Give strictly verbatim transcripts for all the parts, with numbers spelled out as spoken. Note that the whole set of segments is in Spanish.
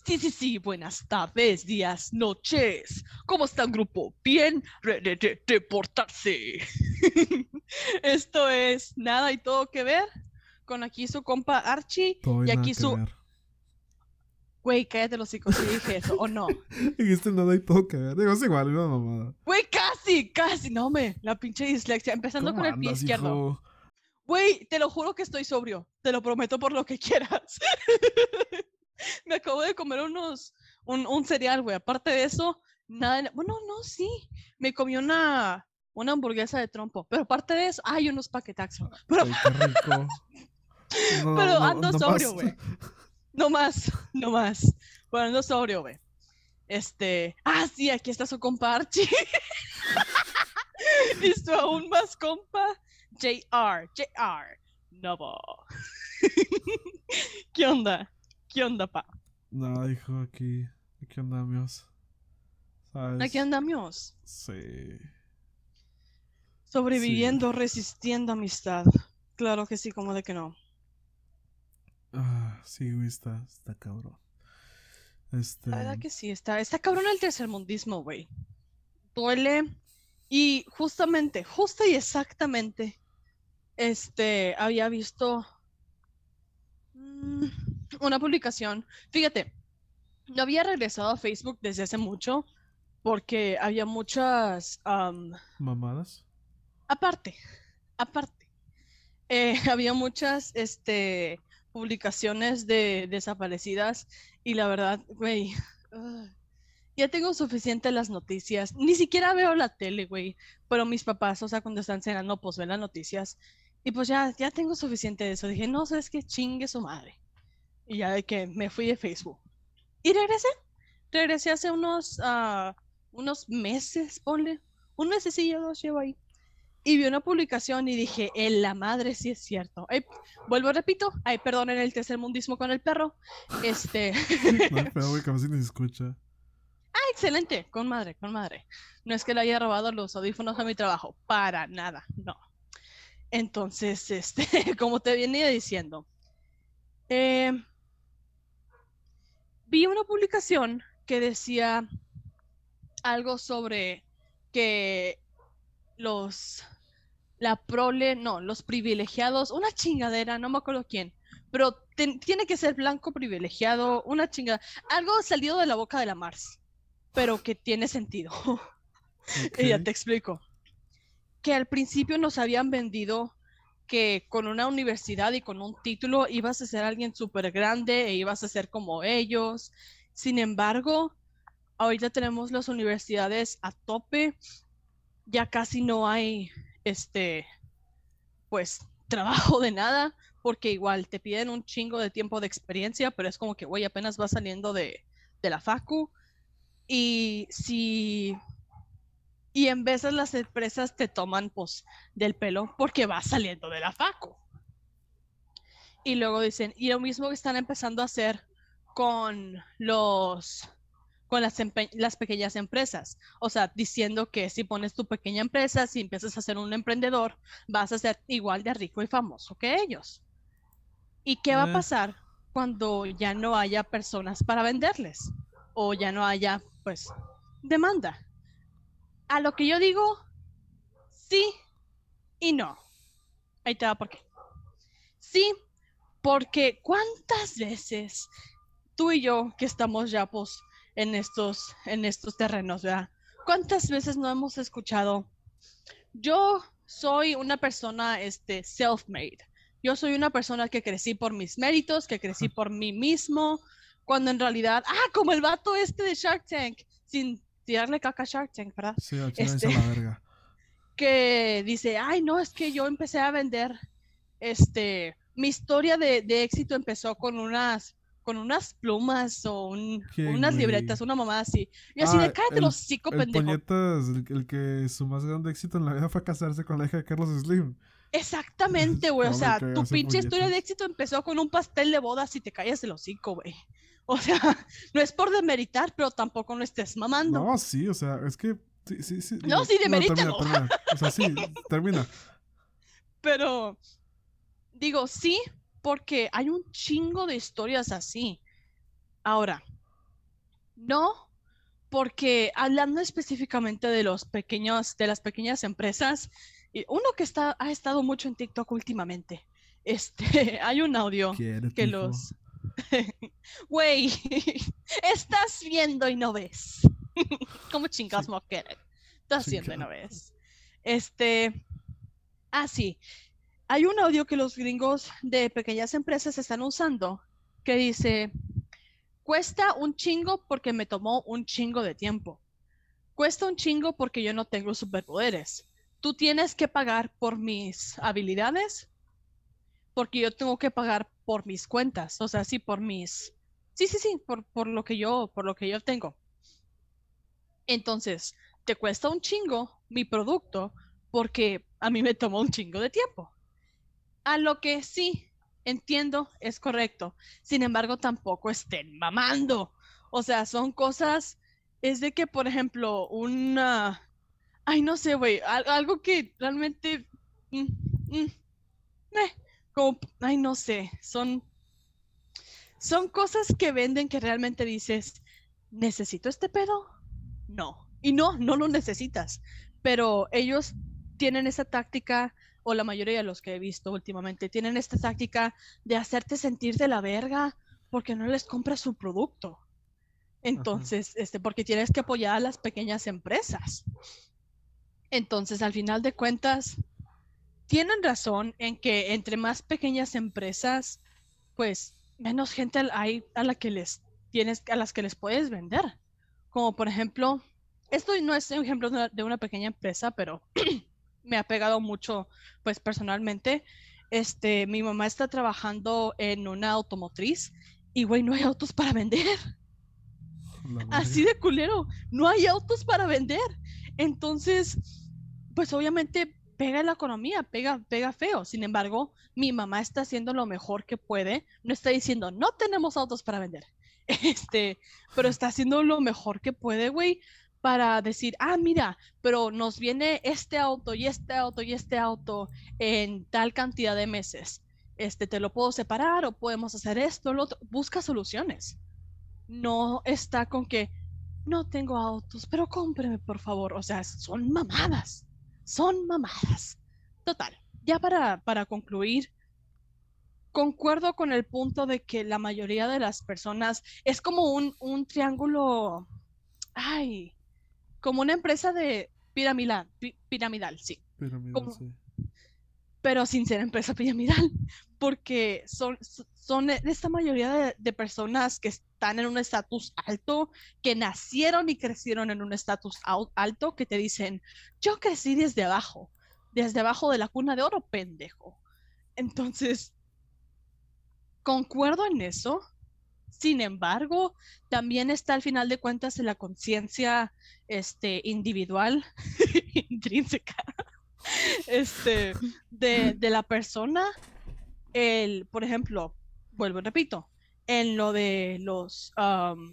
Sí, sí, sí, buenas tardes, días, noches. ¿Cómo está el grupo? Bien, re re re reportarse. Esto es Nada y Todo que Ver, con aquí su compa Archie Todo y y nada aquí que su... ver. Güey, cállate los hocico, si dije eso, o no. Dijiste nada y todo que ver. Digo, es igual, una mamada. Güey, casi, casi, no me, la pinche dislexia, empezando ¿Cómo con el pie andas, izquierdo. hijo? Güey, te lo juro que estoy sobrio, te lo prometo por lo que quieras. Me acabo de comer unos, un, un cereal, güey. Aparte de eso, nada, bueno, no, sí, me comí una, una hamburguesa de trompo, pero aparte de eso, hay unos paquetaxos, pero, Ay, qué rico. No, pero no, ando no sobrio, más. güey. No más, no más. Bueno, ando sobrio, güey. Este, ah, sí, aquí está su compa Archie. Y su aún más compa, J R, J R, Novo. ¿Qué onda? ¿Qué onda, pa? No, hijo, aquí. Aquí andamos. Aquí ¿Sabes? andamos. Sí. Sí. Sobreviviendo, resistiendo amistad. Claro que sí, como de que no. Ah, sí, güey, está, está cabrón. Este. La verdad que sí, está, está cabrón el tercermundismo, güey. Duele. Y justamente, justa y exactamente, este, había visto mm, una publicación. Fíjate, no había regresado a Facebook desde hace mucho porque había muchas, am, ¿Mamadas? aparte, aparte, eh, había muchas, este, publicaciones de desaparecidas y la verdad, güey, ugh, ya tengo suficiente las noticias. Ni siquiera veo la tele, güey. Pero mis papás, o sea, cuando están cenando, pues ven las noticias. Y pues ya, ya tengo suficiente de eso. Dije, no, ¿sabes qué? Chingue su madre. Y ya de que me fui de Facebook. Y regresé. Regresé hace unos, ah, unos meses, ponle. Un mesecillo, dos llevo ahí. Y vi una publicación y dije, en la madre, sí es cierto. Ay, vuelvo, repito. Ay, perdonen el tercermundismo con el perro. Este. No hay pedo, güey, que a veces ni se escucha. Excelente, con madre, con madre. No es que le haya robado los audífonos a mi trabajo, para nada, no. Entonces, este, como te venía diciendo, eh, vi una publicación que decía algo sobre que los, la prole, no, los privilegiados, una chingadera, no me acuerdo quién, pero te, tiene que ser blanco privilegiado, una chingada, algo salido de la boca de la Mars, pero que tiene sentido. Ok. Y ya te explico. Que al principio nos habían vendido que con una universidad y con un título ibas a ser alguien súper grande e ibas a ser como ellos. Sin embargo, ahorita tenemos las universidades a tope, ya casi no hay, este, pues, trabajo de nada, porque igual te piden un chingo de tiempo de experiencia, pero es como que, güey, apenas vas saliendo de, de la facu. Y si y en veces las empresas te toman pues del pelo porque vas saliendo de la facu. Y luego dicen, y lo mismo que están empezando a hacer con los con las, las pequeñas empresas. O sea, diciendo que si pones tu pequeña empresa, si empiezas a ser un emprendedor, vas a ser igual de rico y famoso que ellos. ¿Y qué va a Eh. pasar cuando ya no haya personas para venderles? O ya no haya, pues, demanda. A lo que yo digo, sí y no. Ahí te va por qué. Sí, porque cuántas veces tú y yo que estamos ya pues en estos, en estos terrenos, ¿verdad? ¿Cuántas veces no hemos escuchado? Yo soy una persona este, self-made. Yo soy una persona que crecí por mis méritos, que crecí por mí mismo, cuando en realidad, ah, como el vato este de Shark Tank, sin tirarle caca a Shark Tank, ¿verdad? Sí, al chile Este, a la verga. que dice, ay, no, es que yo empecé a vender este, mi historia de, de éxito empezó con unas, con unas plumas o un, ¿Quién, unas güey? libretas, una mamá así. Y así de, Ah, cállate el, los cinco, el pendejo. puñetas, el, el que su más grande éxito en la vida fue casarse con la hija de Carlos Slim. Exactamente, güey. O ¿Cómo me sea, caga tu ese pinche historia de puñetas? éxito empezó con un pastel de bodas y te callas el hocico, güey. O sea, no es por demeritar, pero tampoco no estés mamando. No, sí, o sea, es que. Sí, sí, sí, No, digo. sí, No, termina, demérítalo. termina. O sea, sí, termina. Pero digo, sí, porque hay un chingo de historias así. Ahora, No, porque hablando específicamente de los pequeños, de las pequeñas empresas, y uno que está, ha estado mucho en TikTok últimamente, este, hay un audio ¿Quiere, que tifo? los, güey, estás viendo y no ves. ¿Cómo chingas Sí, mo querer? Estás haciendo y chingado. no ves. Este, ah, sí, hay un audio que los gringos de pequeñas empresas están usando que dice, cuesta un chingo porque me tomó un chingo de tiempo. Cuesta un chingo porque yo no tengo superpoderes. Tú tienes que pagar por mis habilidades porque yo tengo que pagar por mis cuentas, o sea, sí, por mis... Sí, sí, sí, por, por lo que yo, por lo que yo tengo. Entonces, te cuesta un chingo mi producto porque a mí me tomó un chingo de tiempo. A lo que sí, entiendo, es correcto. Sin embargo, tampoco estén mamando. O sea, son cosas, es de que, por ejemplo, una, ay, no sé, güey, al- algo que realmente, mm, mm, eh, como, ay, no sé, son, son cosas que venden que realmente dices, ¿necesito este pedo? No. Y no, no lo necesitas. Pero ellos tienen esa táctica, o la mayoría de los que he visto últimamente, tienen esta táctica de hacerte sentir de la verga porque no les compras su producto. Ajá. Entonces, este, porque tienes que apoyar a las pequeñas empresas. Entonces, al final de cuentas, tienen razón en que entre más pequeñas empresas, pues menos gente hay a la que les tienes, a las que les puedes vender. Como por ejemplo, esto no es un ejemplo de una, de una pequeña empresa, pero me ha pegado mucho, pues personalmente. Este, mi mamá está trabajando en una automotriz y güey, no hay autos para vender. La Así verga. de culero, no hay autos para vender. Entonces, pues obviamente pega la economía, pega, pega feo. Sin embargo, mi mamá está haciendo lo mejor que puede. No está diciendo, no tenemos autos para vender. Este, pero está haciendo lo mejor que puede, güey, para decir, ah, mira, pero nos viene este auto y este auto y este auto en tal cantidad de meses. Este, te lo puedo separar o podemos hacer esto, lo otro. Busca soluciones. No está con que no tengo autos, pero cómpreme por favor. O sea, son mamadas, son mamadas. Total, ya para, para concluir, concuerdo con el punto de que la mayoría de las personas es como un, un triángulo, ay, como una empresa de piramidal, pi- piramidal, sí. Pirámide, Como, sí. pero sin ser empresa piramidal, porque son, son esta mayoría de, de personas que están en un estatus alto, que nacieron y crecieron en un estatus alto, que te dicen, yo crecí desde abajo, desde abajo de la cuna de oro, pendejo. Entonces, concuerdo en eso. Sin embargo, también está al final de cuentas en la conciencia este, individual, intrínseca, este, de, de la persona el, por ejemplo, vuelvo y repito, en lo de los, um,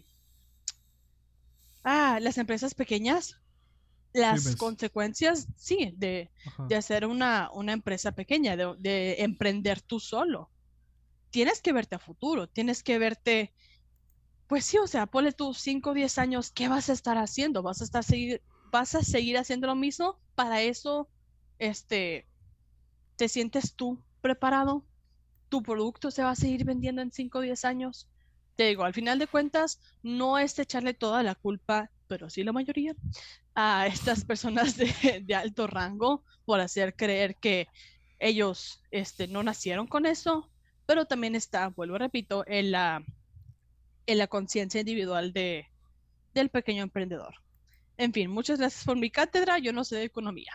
ah, las empresas pequeñas, las Pymes. consecuencias, sí, de, Ajá. de hacer una, una empresa pequeña, de, de emprender tú solo. Tienes que verte a futuro, tienes que verte, pues sí, o sea, ponle tú cinco o diez años, ¿qué vas a estar haciendo? ¿Vas a estar seguir, vas a seguir haciendo lo mismo? Para eso, este, ¿te sientes tú preparado? ¿Tu producto se va a seguir vendiendo en cinco o diez años? Te digo, al final de cuentas, no es echarle toda la culpa, pero sí la mayoría, a estas personas de, de alto rango por hacer creer que ellos este, no nacieron con eso, pero también está, vuelvo a repito, en la, en la conciencia individual de, del pequeño emprendedor. En fin, muchas gracias por mi cátedra, yo no sé de economía,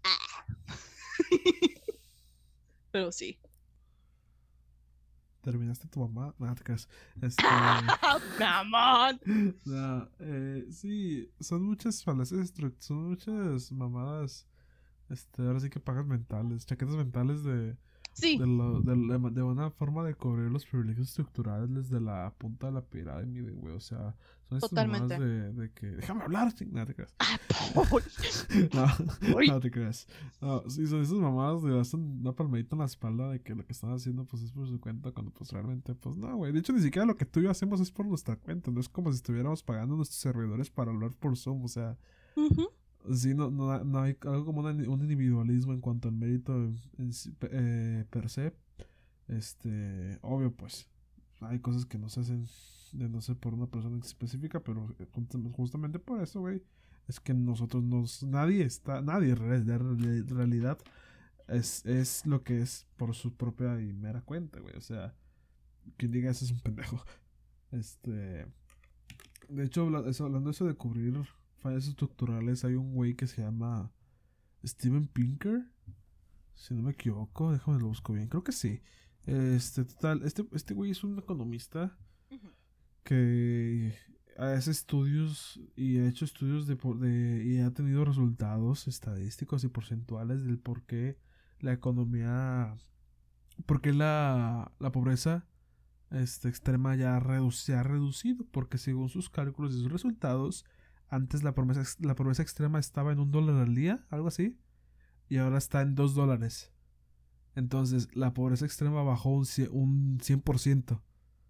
pero sí. ¿Terminaste tu mamá? Nada, te creas. Este. Mamón. No, eh, sí, son muchas falacias, estru- son muchas mamadas. Este, ahora sí que pagas mentales, chaquetas mentales de. Sí, de, lo, de, la- de una forma de cubrir los privilegios estructurales desde la punta de la pirámide, güey. O sea, son estas mamadas totalmente. de, de que. Déjame hablar, ching, no te creas. Ah, uy, No, uy. no te creas. No, sí, son esas mamadas de hacen una palmadita en la espalda de que lo que están haciendo pues es por su cuenta, cuando pues realmente pues no, güey. De hecho, ni siquiera lo que tú y yo hacemos es por nuestra cuenta. No es como si estuviéramos pagando nuestros servidores para hablar por Zoom. O sea, Ujú. sí, no, no, no hay algo como una- un individualismo en cuanto al mérito en, en sí, pe- eh, per se. Este, obvio, pues hay cosas que no se hacen de no ser por una persona específica, pero eh, justa- justamente por eso, güey, es que nosotros nos, nadie está, nadie en de realidad es, es lo que es por su propia y mera cuenta, güey. O sea, quien diga eso es un pendejo. Este, de hecho, habla- eso- hablando de eso de cubrir fallas estructurales, hay un güey que se llama Steven Pinker, si no me equivoco, déjame lo busco bien, creo que sí. Este, total, este, este güey es un economista Ujú. que hace estudios y ha hecho estudios de, por- de y ha tenido resultados estadísticos y porcentuales del por qué la economía, por qué la, la pobreza este, extrema ya redu- se ha reducido, porque según sus cálculos y sus resultados, antes la pobreza, ex- la pobreza extrema estaba en un dólar al día, algo así, y ahora está en dos dólares. Entonces, la pobreza extrema bajó un, cie- un cien por ciento.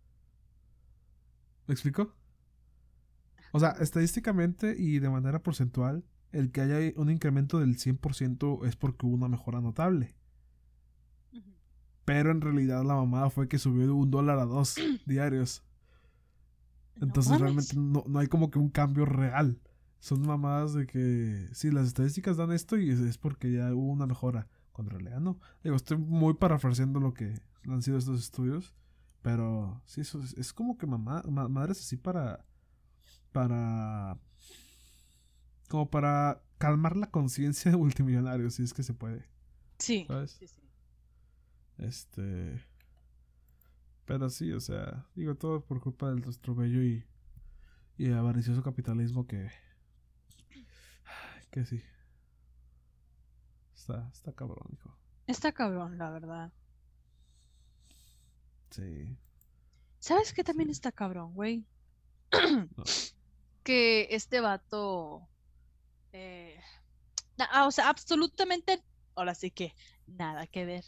¿Me explico? O sea, estadísticamente y de manera porcentual, el que haya un incremento del cien por ciento es porque hubo una mejora notable. Ujú. Pero en realidad la mamada fue que subió de un dólar a dos diarios. No Entonces realmente mames. no, no hay como que un cambio real. Son mamadas de que sí, las estadísticas dan esto y es, es porque ya hubo una mejora. Cuando en realidad no. Digo, estoy muy parafraseando lo que han sido estos estudios. Pero sí, eso es, es como que mamá, ma- madres así para. Para. Como para calmar la conciencia de multimillonarios, si es que se puede. Sí, ¿Sabes? sí, sí. Este. Pero sí, o sea, digo todo por culpa del nuestro bello y, y avaricioso capitalismo que. Que sí. Está, está cabrón, hijo. Está cabrón, la verdad. Sí, ¿Sabes qué sí. también está cabrón, güey? No. Que este vato, eh, na- ah, o sea, absolutamente, ahora sí que nada que ver.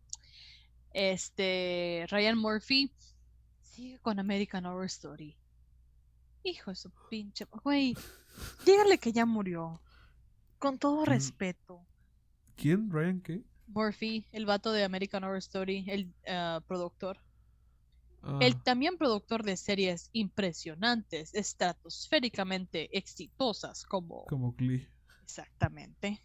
Este, Ryan Murphy sigue con American Horror Story. Hijo de su pinche, güey, dígale que ya murió, con todo ¿Quién? respeto. ¿Quién? ¿Ryan qué? Murphy, el vato de American Horror Story, el ah, productor. El Ah, también productor de series impresionantes, estratosféricamente exitosas, como como Glee. exactamente.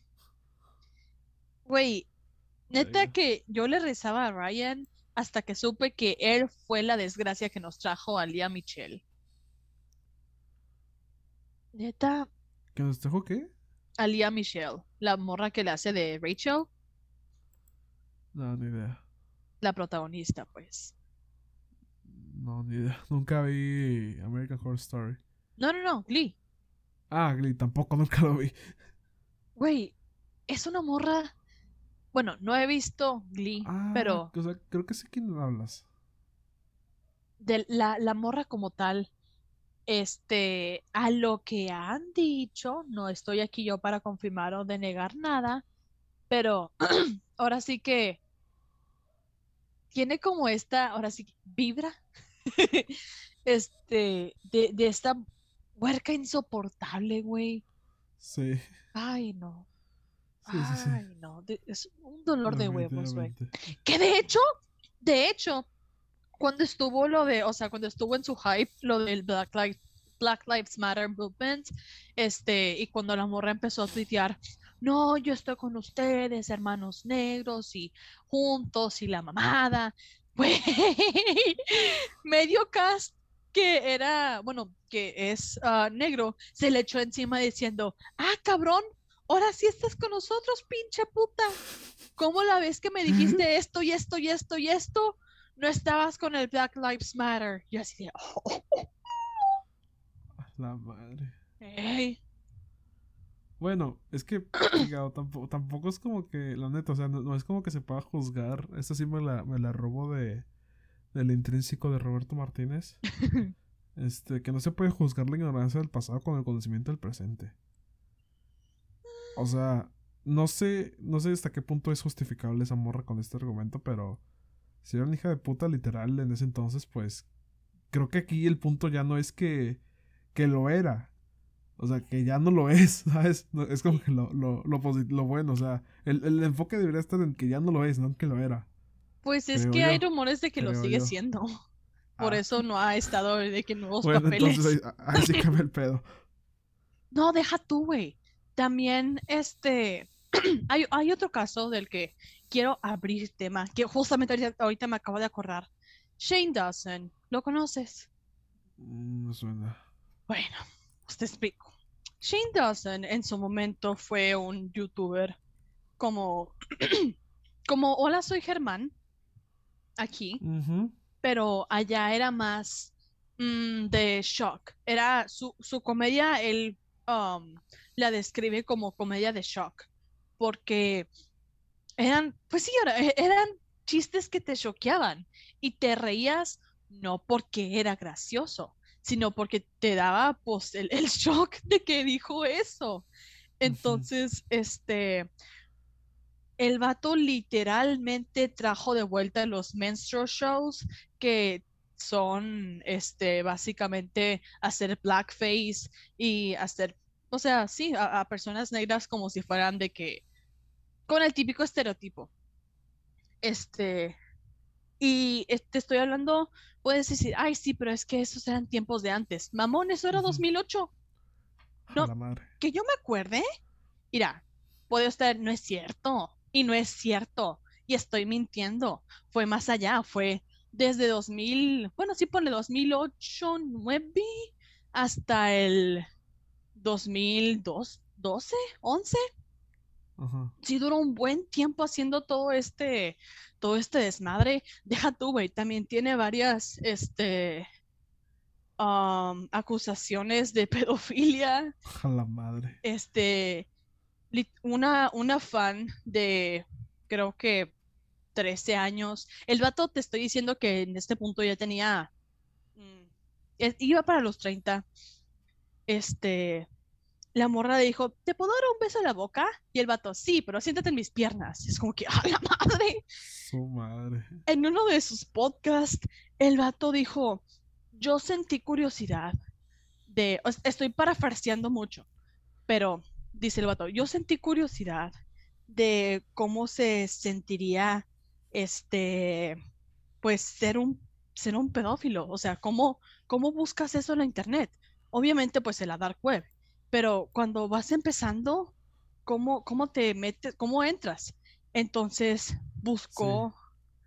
Güey, neta Verga. que yo le rezaba a Ryan hasta que supe que él fue la desgracia que nos trajo a Lea Michelle. Neta, ¿Que nos dejó qué? a Lea Michelle, la morra que le hace de Rachel, No, ni idea. la protagonista, pues. No, ni idea. Nunca vi American Horror Story. No, no, no, Glee. Ah, Glee, tampoco nunca lo vi. Güey, es una morra. Bueno, no he visto Glee, Ah, pero o sea, creo que sé quién hablas. de la, la morra como tal, este, a lo que han dicho, no estoy aquí yo para confirmar o denegar nada, pero ahora sí que tiene como esta, ahora sí, que vibra, este, de, de esta huerca insoportable, güey. Sí, Ay, no. sí, sí, sí. Ay, no. de- es un dolor de huevos, güey. Definitivamente. Que de hecho, de hecho, cuando estuvo lo de, o sea, cuando estuvo en su hype, lo del Black Lives, Black Lives Matter Movement, este, y cuando la morra empezó a tuitear, no, yo estoy con ustedes, hermanos negros, y juntos, y la mamada, güey, medio cast que era, bueno, que es ah, negro, se le echó encima diciendo, ah, cabrón, ahora sí estás con nosotros, pinche puta. ¿Cómo la vez que me dijiste esto y esto y esto y esto? No estabas con el Black Lives Matter. Yo así de, oh, La madre. hey. Bueno, es que, digamos, tampoco, tampoco es como que, la neta, o sea, no, no es como que se pueda juzgar. Esta sí me la, me la robo de del intrínseco de Roberto Martínez. Este, que no se puede juzgar la ignorancia del pasado con el conocimiento del presente. O sea, no sé, no sé hasta qué punto es justificable esa morra con este argumento, pero si era una hija de puta literal en ese entonces, pues creo que aquí el punto ya no es que, que lo era. O sea, que ya no lo es, ¿sabes? No, es como Sí. que lo, lo, lo, posit- lo bueno, o sea, el, el enfoque debería estar en que ya no lo es, no en que lo era. Pues es Creo que hay yo, rumores de que lo creo sigue yo. siendo. Por Ah, eso no ha estado de que nuevos bueno, entonces ahí, papeles. ahí sí cambia el pedo. No, deja tú, güey. También, este, hay, hay otro caso del que quiero abrir tema, que justamente ahorita, ahorita me acabo de acordar. Shane Dawson, ¿lo conoces? Mm, me suena. Bueno, pues te explico. Shane Dawson en su momento fue un youtuber como, como Hola, soy Germán, aquí, Ujú. pero allá era más mm, de shock. Era su, su comedia, él um, la describe como comedia de shock, porque eran, pues sí, era- e- eran chistes que te choqueaban y te reías no porque era gracioso, sino porque te daba pues el, el shock de que dijo eso. Ujú. Entonces, este, el vato literalmente trajo de vuelta los menstrual shows que son, este, básicamente hacer blackface y hacer, o sea, sí, a, a personas negras como si fueran de que, con el típico estereotipo. Este, y eh, te estoy hablando, puedes decir, ay, sí, pero es que esos eran tiempos de antes. Mamón, eso era Ujú. dos mil ocho. A No, la madre. que yo me acuerde, mira, puede estar, no es cierto, y no es cierto, y estoy mintiendo. Fue más allá, fue desde dos mil, bueno, sí pone dos mil ocho, nueve, hasta el dos mil dos, doce, once. Ajá. Sí duró un buen tiempo haciendo todo este, todo este desmadre. Deja tú, güey, también tiene varias, este, um, acusaciones de pedofilia. A la madre. Este, li- una, una fan de, creo que trece años. El vato te estoy diciendo que en este punto ya tenía, mm, e- iba para los treinta. Este, la morra le dijo, ¿te puedo dar un beso en la boca? Y el vato, sí, pero siéntate en mis piernas. Y es como que, ¡a la madre! Su madre. En uno de sus podcasts, el vato dijo, yo sentí curiosidad de, o- estoy parafraseando mucho, pero dice el vato, yo sentí curiosidad de cómo se sentiría, este, pues ser un, ser un pedófilo, o sea, cómo, cómo buscas eso en la internet. Obviamente, pues en la dark web, pero cuando vas empezando, ¿cómo, cómo te metes, cómo entras? Entonces Sí. buscó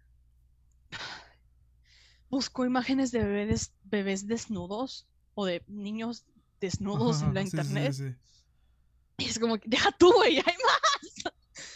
buscó imágenes de bebés, bebés desnudos o de niños desnudos en la Ajá, sí, sí, sí, internet. sí. Y es como que, deja tú, güey, hay más.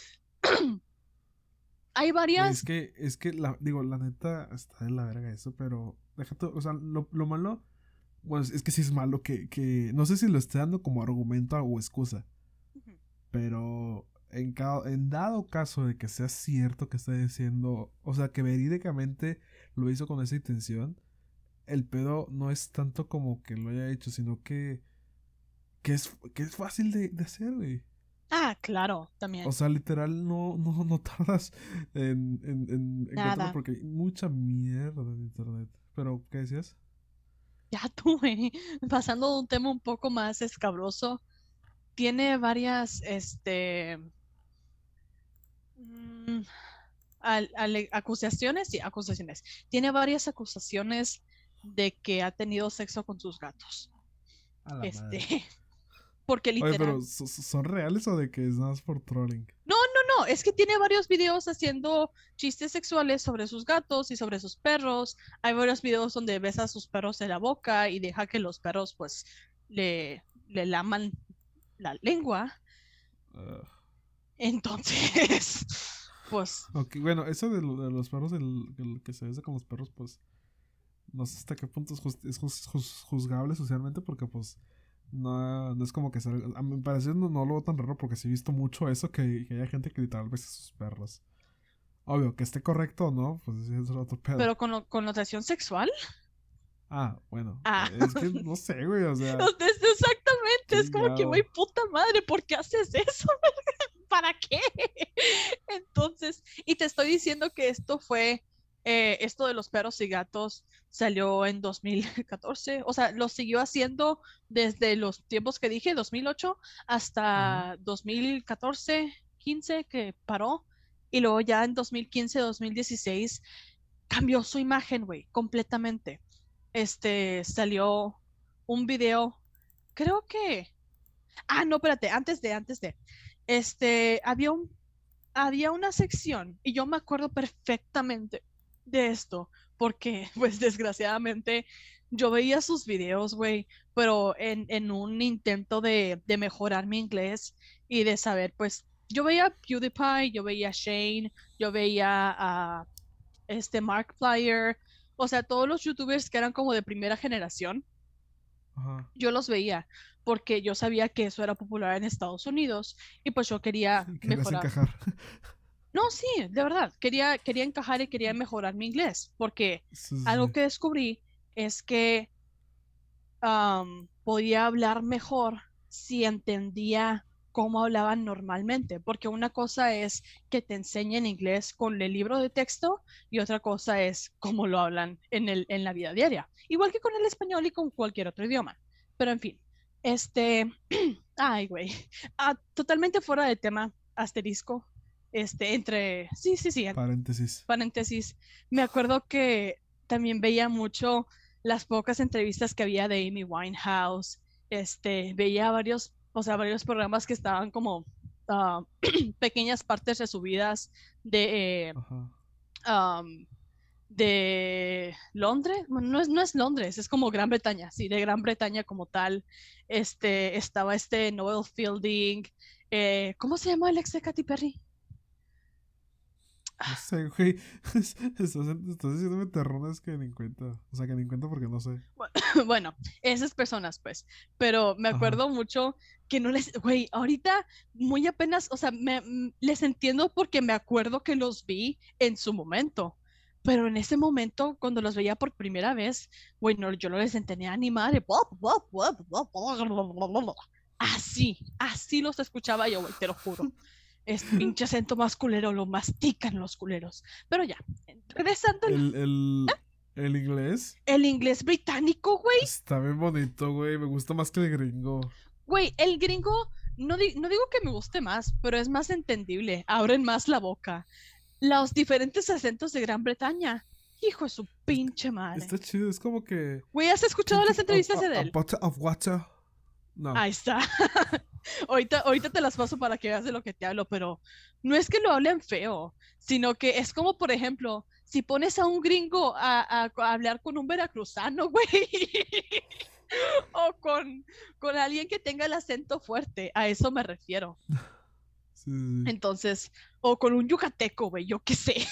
Hay Güey, es varias. que, es que, la, digo, la neta está de la verga eso, pero déjate, o sea, lo, lo malo, bueno, es que sí es malo que, que, no sé si lo esté dando como argumento o excusa, pero en, ca- en dado caso de que sea cierto que está diciendo, o sea, que verídicamente lo hizo con esa intención, el pedo no es tanto como que lo haya hecho, sino que, que, es, que es fácil de, de hacer, güey. Ah, claro, O también. sea, literal, no, no, no tardas en, en, en encontrarlo Nada. porque hay mucha mierda en internet. Pero, ¿qué decías? Ya tú, güey. Pasando de un tema un poco más escabroso, tiene varias, este, mm, al- ale- acusaciones y acusaciones. Tiene varias acusaciones de que ha tenido sexo con sus gatos. A la Este, madre. porque Oye, pero literal, ¿so- so- ¿son reales o de que es nada más por trolling? no, no, no, es que tiene varios videos haciendo chistes sexuales sobre sus gatos y sobre sus perros. Hay varios videos donde besa a sus perros en la boca y deja que los perros pues le, le laman la lengua. Ugh. Entonces, pues Ok, bueno, eso de, lo- de los perros, el, el que se besa con los perros, pues no sé hasta qué punto es, jus- es jus- jus- juzgable socialmente porque, pues, No, no es como que salga. A mi parecer no, no lo veo tan raro porque sí he visto mucho eso que, que haya gente que literal besa a sus perros. Obvio, que esté correcto o no, pues sí es otro pedo. Pero con no- connotación sexual. Ah, bueno, Ah, eh, es que no sé, güey, o sea, es- exactamente, es como que, güey, chingado. puta madre, ¿por qué haces eso? ¿Para qué? Entonces, y te estoy diciendo que esto fue, eh, esto de los perros y gatos salió en dos mil catorce, o sea, lo siguió haciendo desde los tiempos que dije, dos mil ocho, Ajá. hasta dos mil catorce, quince, que paró, y luego ya en dos mil quince, dos mil dieciséis cambió su imagen, güey, completamente. Este, salió un video, creo que, ah, no, espérate, antes de, antes de, este, había un había una sección, y yo me acuerdo perfectamente de esto, porque pues desgraciadamente yo veía sus videos, güey, pero en, en un intento de, de mejorar mi inglés y de saber, pues yo veía PewDiePie, yo veía Shane, yo veía a este Markiplier, o sea, todos los youtubers que eran como de primera generación, Ajá. yo los veía porque yo sabía que eso era popular en Estados Unidos y pues yo quería Y querías mejorar. encajar. No, sí, de verdad, quería, quería encajar y quería mejorar mi inglés, porque Sí, sí, algo sí. que descubrí es que am, podía hablar mejor si entendía cómo hablaban normalmente, porque una cosa es que te enseñen inglés con el libro de texto y otra cosa es cómo lo hablan en el, en la vida diaria, igual que con el español y con cualquier otro idioma. Pero en fin, este, ay, güey, ah, totalmente fuera de tema, asterisco, este, entre, sí, sí, sí, Paréntesis. paréntesis, me acuerdo que también veía mucho las pocas entrevistas que había de Amy Winehouse, este, veía varios, o sea, varios programas que estaban como uh, pequeñas partes resubidas de, eh, Ajá. um, de Londres, bueno, no es, no es Londres, es como Gran Bretaña, sí, de Gran Bretaña como tal. Este, estaba este Noel Fielding, eh, ¿cómo se llama el ex de Katy Perry? No sé, güey. Estás, estás diciéndome terrones que ni en cuenta. O sea, que ni en cuenta porque no sé. Bueno, esas personas, pues, pero me Ajá. acuerdo mucho que no les, güey, ahorita muy apenas, o sea, me, m- les entiendo porque me acuerdo que los vi en su momento, pero en ese momento, cuando los veía por primera vez, güey, no, yo no les entendía ni madre. Así, así los escuchaba yo, güey, te lo juro. Este pinche acento más culero, lo mastican los culeros. Pero ya, regresando al El, el, el inglés el inglés británico, güey. está bien bonito, güey. Me gusta más que el gringo. Güey, el gringo, no, di- no digo que me guste más, pero es más entendible, abren más la boca. Los diferentes acentos de Gran Bretaña, hijo de su Está, pinche madre. está chido. Es como que. Güey, ¿has escuchado las Drinking a, entrevistas de a, a él? bottle of water. No. Ahí está. Ahorita, ahorita te las paso para que veas de lo que te hablo, pero no es que lo hablen feo, sino que es como, por ejemplo, si pones a un gringo a, a- a hablar con un veracruzano, güey, o con, con alguien que tenga el acento fuerte, a eso me refiero. Sí, sí, Entonces, o con un yucateco, güey, yo qué sé.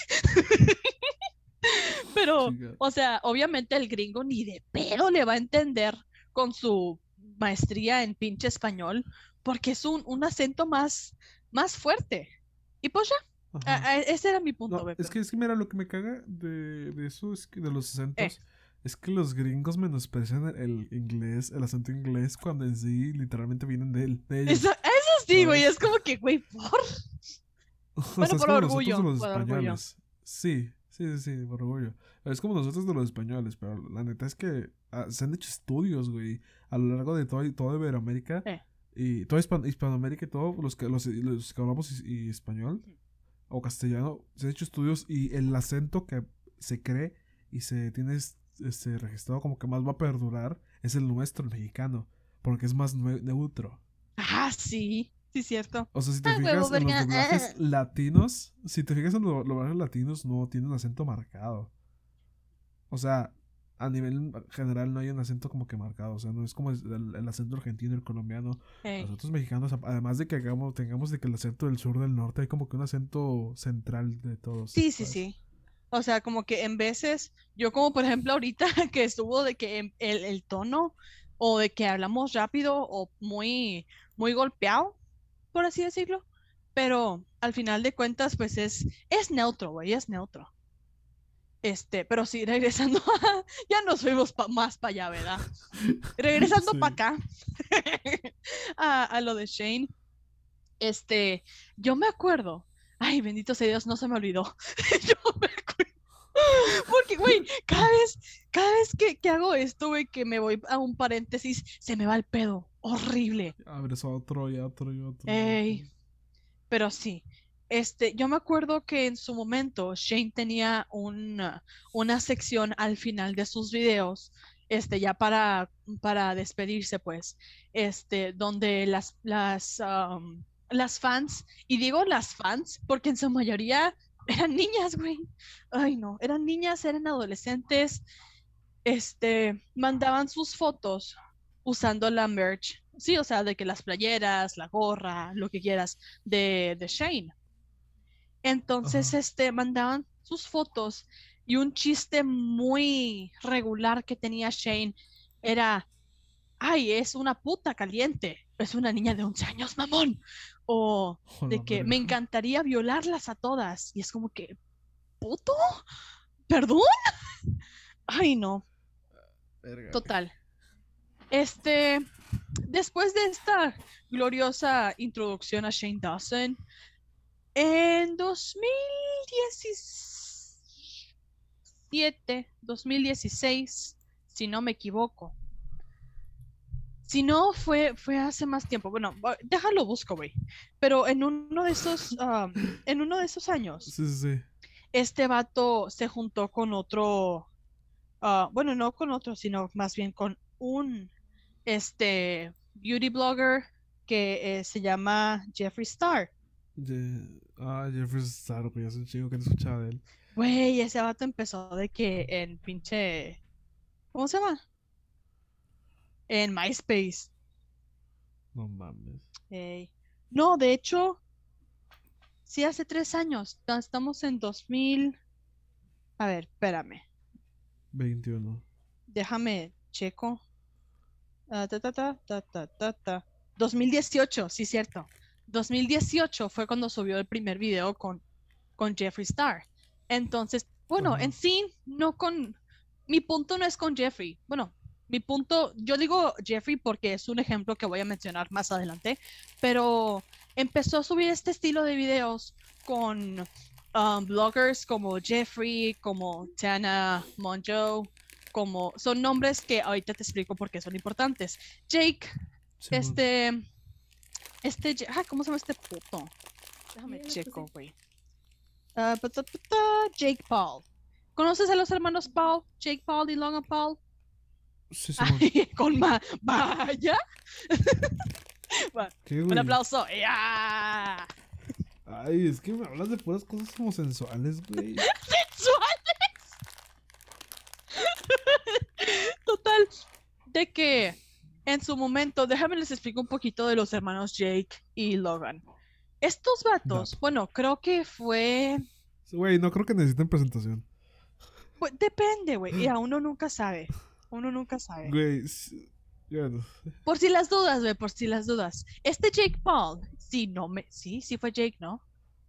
sí. Pero, Chica. o sea, obviamente el gringo ni de pedo le va a entender con su maestría en pinche español, porque es un, un acento más, más fuerte. Y pues ya, a- Ajá. a- ese era mi punto, No, es Becker. que, es que mira, lo que me caga de, de eso, es que de los Eh, acentos, es que los gringos menosprecian el, el inglés, el acento inglés, cuando en sí literalmente vienen de, él, de eso, ellos, eso sí, güey, es ¿sabes? como que, güey, por... O Bueno, sea, es por como nosotros de orgullo, los por orgullo. españoles. Sí, sí, sí, sí, por orgullo. Es como nosotros de los españoles, pero la neta es que ah, se han hecho estudios, güey, a lo largo de todo, toda Iberoamérica Eh. y toda Hispan- Hispanoamérica y todo, los que, los, los que hablamos y, y español o castellano, se han hecho estudios y el acento que se cree y se tiene este, registrado como que más va a perdurar es el nuestro, el mexicano, porque es más nue- neutro. Ah, sí, sí, cierto. O sea, si te Ah, huevo, fijas en los verga. doblajes latinos, si te fijas en los doblajes latinos, no tiene un acento marcado. O sea, a nivel general no hay un acento como que marcado. O sea, no es como el, el acento argentino, el colombiano. Eh, Los otros mexicanos, además de que hagamos, tengamos de que el acento del sur del norte, hay como que un acento central de todos, sí, sí, ¿sabes? sí. O sea, como que en veces, yo como por ejemplo ahorita que estuvo de que en- el, el tono o de que hablamos rápido o muy, muy golpeado, por así decirlo. Pero al final de cuentas, pues es, es neutro, güey, es neutro. Este, pero sí, regresando a, ya nos fuimos pa- más para allá, ¿verdad? Regresando para Sí. acá a, a lo de Shane, este, yo me acuerdo, ay, bendito sea Dios, no se me olvidó. Yo me acuerdo, porque, güey, cada vez, cada vez que, que hago esto, güey, que me voy a un paréntesis, se me va el pedo, horrible. Abres otro y otro y otro y otro. Ey, pero sí, este, yo me acuerdo que en su momento Shane tenía una, una sección al final de sus videos, este, ya para, para despedirse, pues, este, donde las, las, um, las fans, y digo las fans porque en su mayoría eran niñas, güey. Ay, no, eran niñas, eran adolescentes, este, mandaban sus fotos usando la merch. Sí, o sea, de que las playeras, la gorra, lo que quieras, de, de Shane. Entonces, Ajá. este, mandaban sus fotos y un chiste muy regular que tenía Shane era, ay, es una puta caliente, es una niña de once años, mamón. O Oh, la de que me verga. encantaría violarlas a todas. Y es como que, ¿puto? ¿Perdón? Ay, no, Verga, güey. total. Este, después de esta gloriosa introducción a Shane Dawson, en dos mil diecisiete, dos mil dieciséis, si no me equivoco. Si no, fue, fue hace más tiempo. Bueno, bu- déjalo busco, güey. Pero en uno de esos, um, en uno de esos años, Sí, sí, sí. este vato se juntó con otro, ah, bueno, no con otro, sino más bien con un, este, beauty blogger que eh, se llama Jeffree Star. Ye- Ah, Jeffree Star, güey. Hace un chingo que no escuchaba de él. Güey, ese vato empezó de que en pinche, ¿cómo se llama? En MySpace. No mames. Ey. No, de hecho, sí, hace tres años. Ta- Estamos en dos mil. A ver, espérame. Veintiuno. Déjame checo. Ah, ta, ta, ta, ta, ta, ta, ta. dos mil dieciocho, sí, cierto. dos mil dieciocho fue cuando subió el primer video con, con Jeffree Star. Entonces, bueno, en Ajá. sí, no con. Mi punto no es con Jeffree. Bueno, mi punto, yo digo Jeffree porque es un ejemplo que voy a mencionar más adelante, pero empezó a subir este estilo de videos con um, bloggers como Jeffree, como Tana Monjo, como son nombres que ahorita te explico por qué son importantes. Jake, Simón. este, este, ah, ¿cómo se llama este puto? Déjame checo, güey. Uh, pa, ta, ta, ta, Jake Paul. ¿Conoces a los hermanos Paul? Jake Paul y Logan Paul. Sí, Simón. Ay, con ma, vaya. Va, ¿Qué, un güey? aplauso. ¡Ya! Ay, es que me hablas de puras cosas como sensuales, güey. Sensual. Total, de que en su momento, déjame les explico un poquito de los hermanos Jake y Logan. Estos Da. vatos, bueno, creo que fue, Güey, no creo que necesiten presentación. pues, depende, güey, y a uno nunca sabe, uno nunca sabe. Güey, sí- bueno, Por si las dudas, güey, por si las dudas. Este Jake Paul, sí, no me, sí, sí fue Jake, ¿no?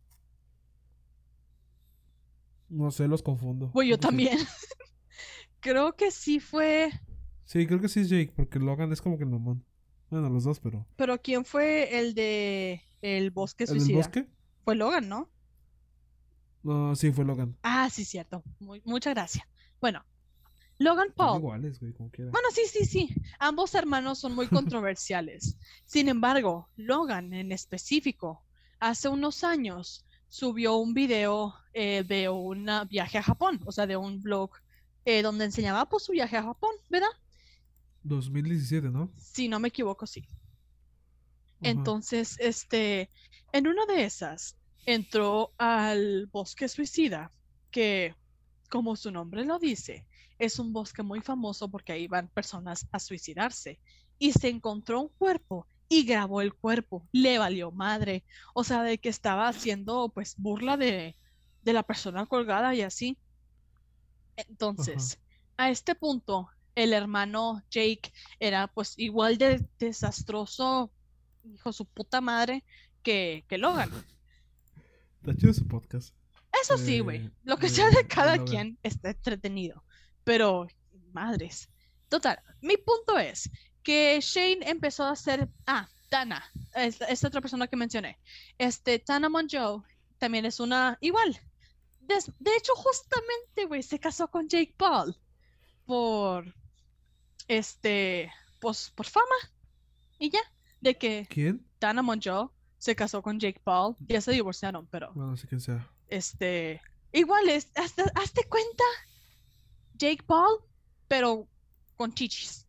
no sé, los confundo. Pues yo Creo que sí. también. Creo que sí fue, Sí, creo que sí es Jake, porque Logan es como que el mamón. Bueno, los dos, pero. pero ¿quién fue el de El Bosque ¿El del Suicida? bosque? Fue Logan, ¿no? No, sí, fue Logan. Ah, sí, cierto. Muy, muchas gracias. Bueno, Logan Están Paul. iguales, güey, como quiera. Bueno, sí, sí, sí. Ambos hermanos son muy controversiales. Sin embargo, Logan en específico, hace unos años subió un video eh, de un viaje a Japón, o sea, de un blog eh, donde enseñaba pues su viaje a Japón, ¿verdad? dos mil diecisiete, ¿no? Si no me equivoco, sí. Ajá. Entonces, este, en una de esas, entró al bosque suicida, que, como su nombre lo dice, es un bosque muy famoso porque ahí van personas a suicidarse. Y se encontró un cuerpo y grabó el cuerpo. Le valió madre. O sea, de que estaba haciendo, pues, burla de, de la persona colgada y así. Ajá. Entonces, a este punto. el hermano Jake era pues igual de desastroso, hijo de su puta madre, que, que Logan. Está chido su podcast. Eso sí, güey, De, lo que sea de, de de cada Logan. quien está entretenido, pero madres. Total, mi punto es que Shane empezó a hacer, ah, Tana, esta, esta otra persona que mencioné, este, Tana Mongeau, también es una, igual, des- de hecho, justamente, güey, se casó con Jake Paul por, este, pues, por fama y ya, de que ¿Quién? Tana Mongeau se casó con Jake Paul, ya se divorciaron, pero, Bueno, no sé quién sea. este, igual es, hasta, hazte cuenta, Jake Paul, pero con chichis,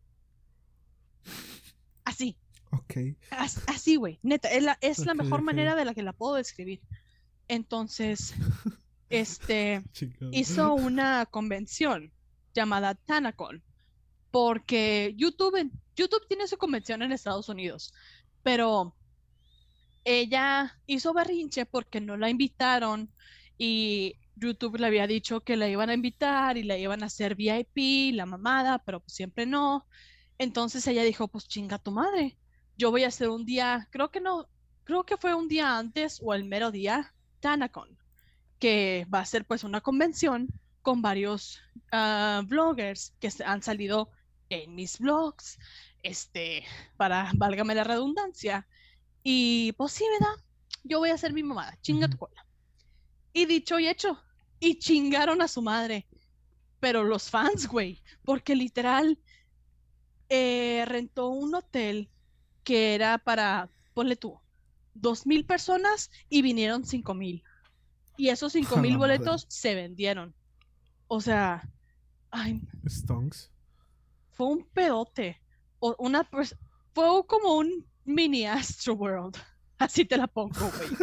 así, Ok. as- así, güey, neta, es la, es la Ok, mejor ok. manera de la que la puedo describir. Entonces, este, Chingado. hizo una convención llamada TanaCon, porque YouTube, en- YouTube tiene su convención en Estados Unidos, pero ella hizo berrinche porque no la invitaron y YouTube le había dicho que la iban a invitar y la iban a hacer V I P, la mamada, pero pues siempre no. Entonces ella dijo, pues chinga tu madre, yo voy a hacer un día, creo que no, creo que fue un día antes o el mero día, TanaCon, que va a ser pues una convención con varios uh, bloggers que han salido en mis blogs, este, para, válgame la redundancia, y pues sí, ¿verdad? Yo voy a hacer mi mamada, chinga tu cola. Y dicho y hecho, y chingaron a su madre, pero los fans, güey, porque literal eh, rentó un hotel que era para, ponle tú, dos mil personas y vinieron cinco mil. Y esos cinco A mil la madre. boletos se vendieron. O sea, ay, Stonks. fue un pedote. O una fue como un mini Astro World. Así te la pongo, güey.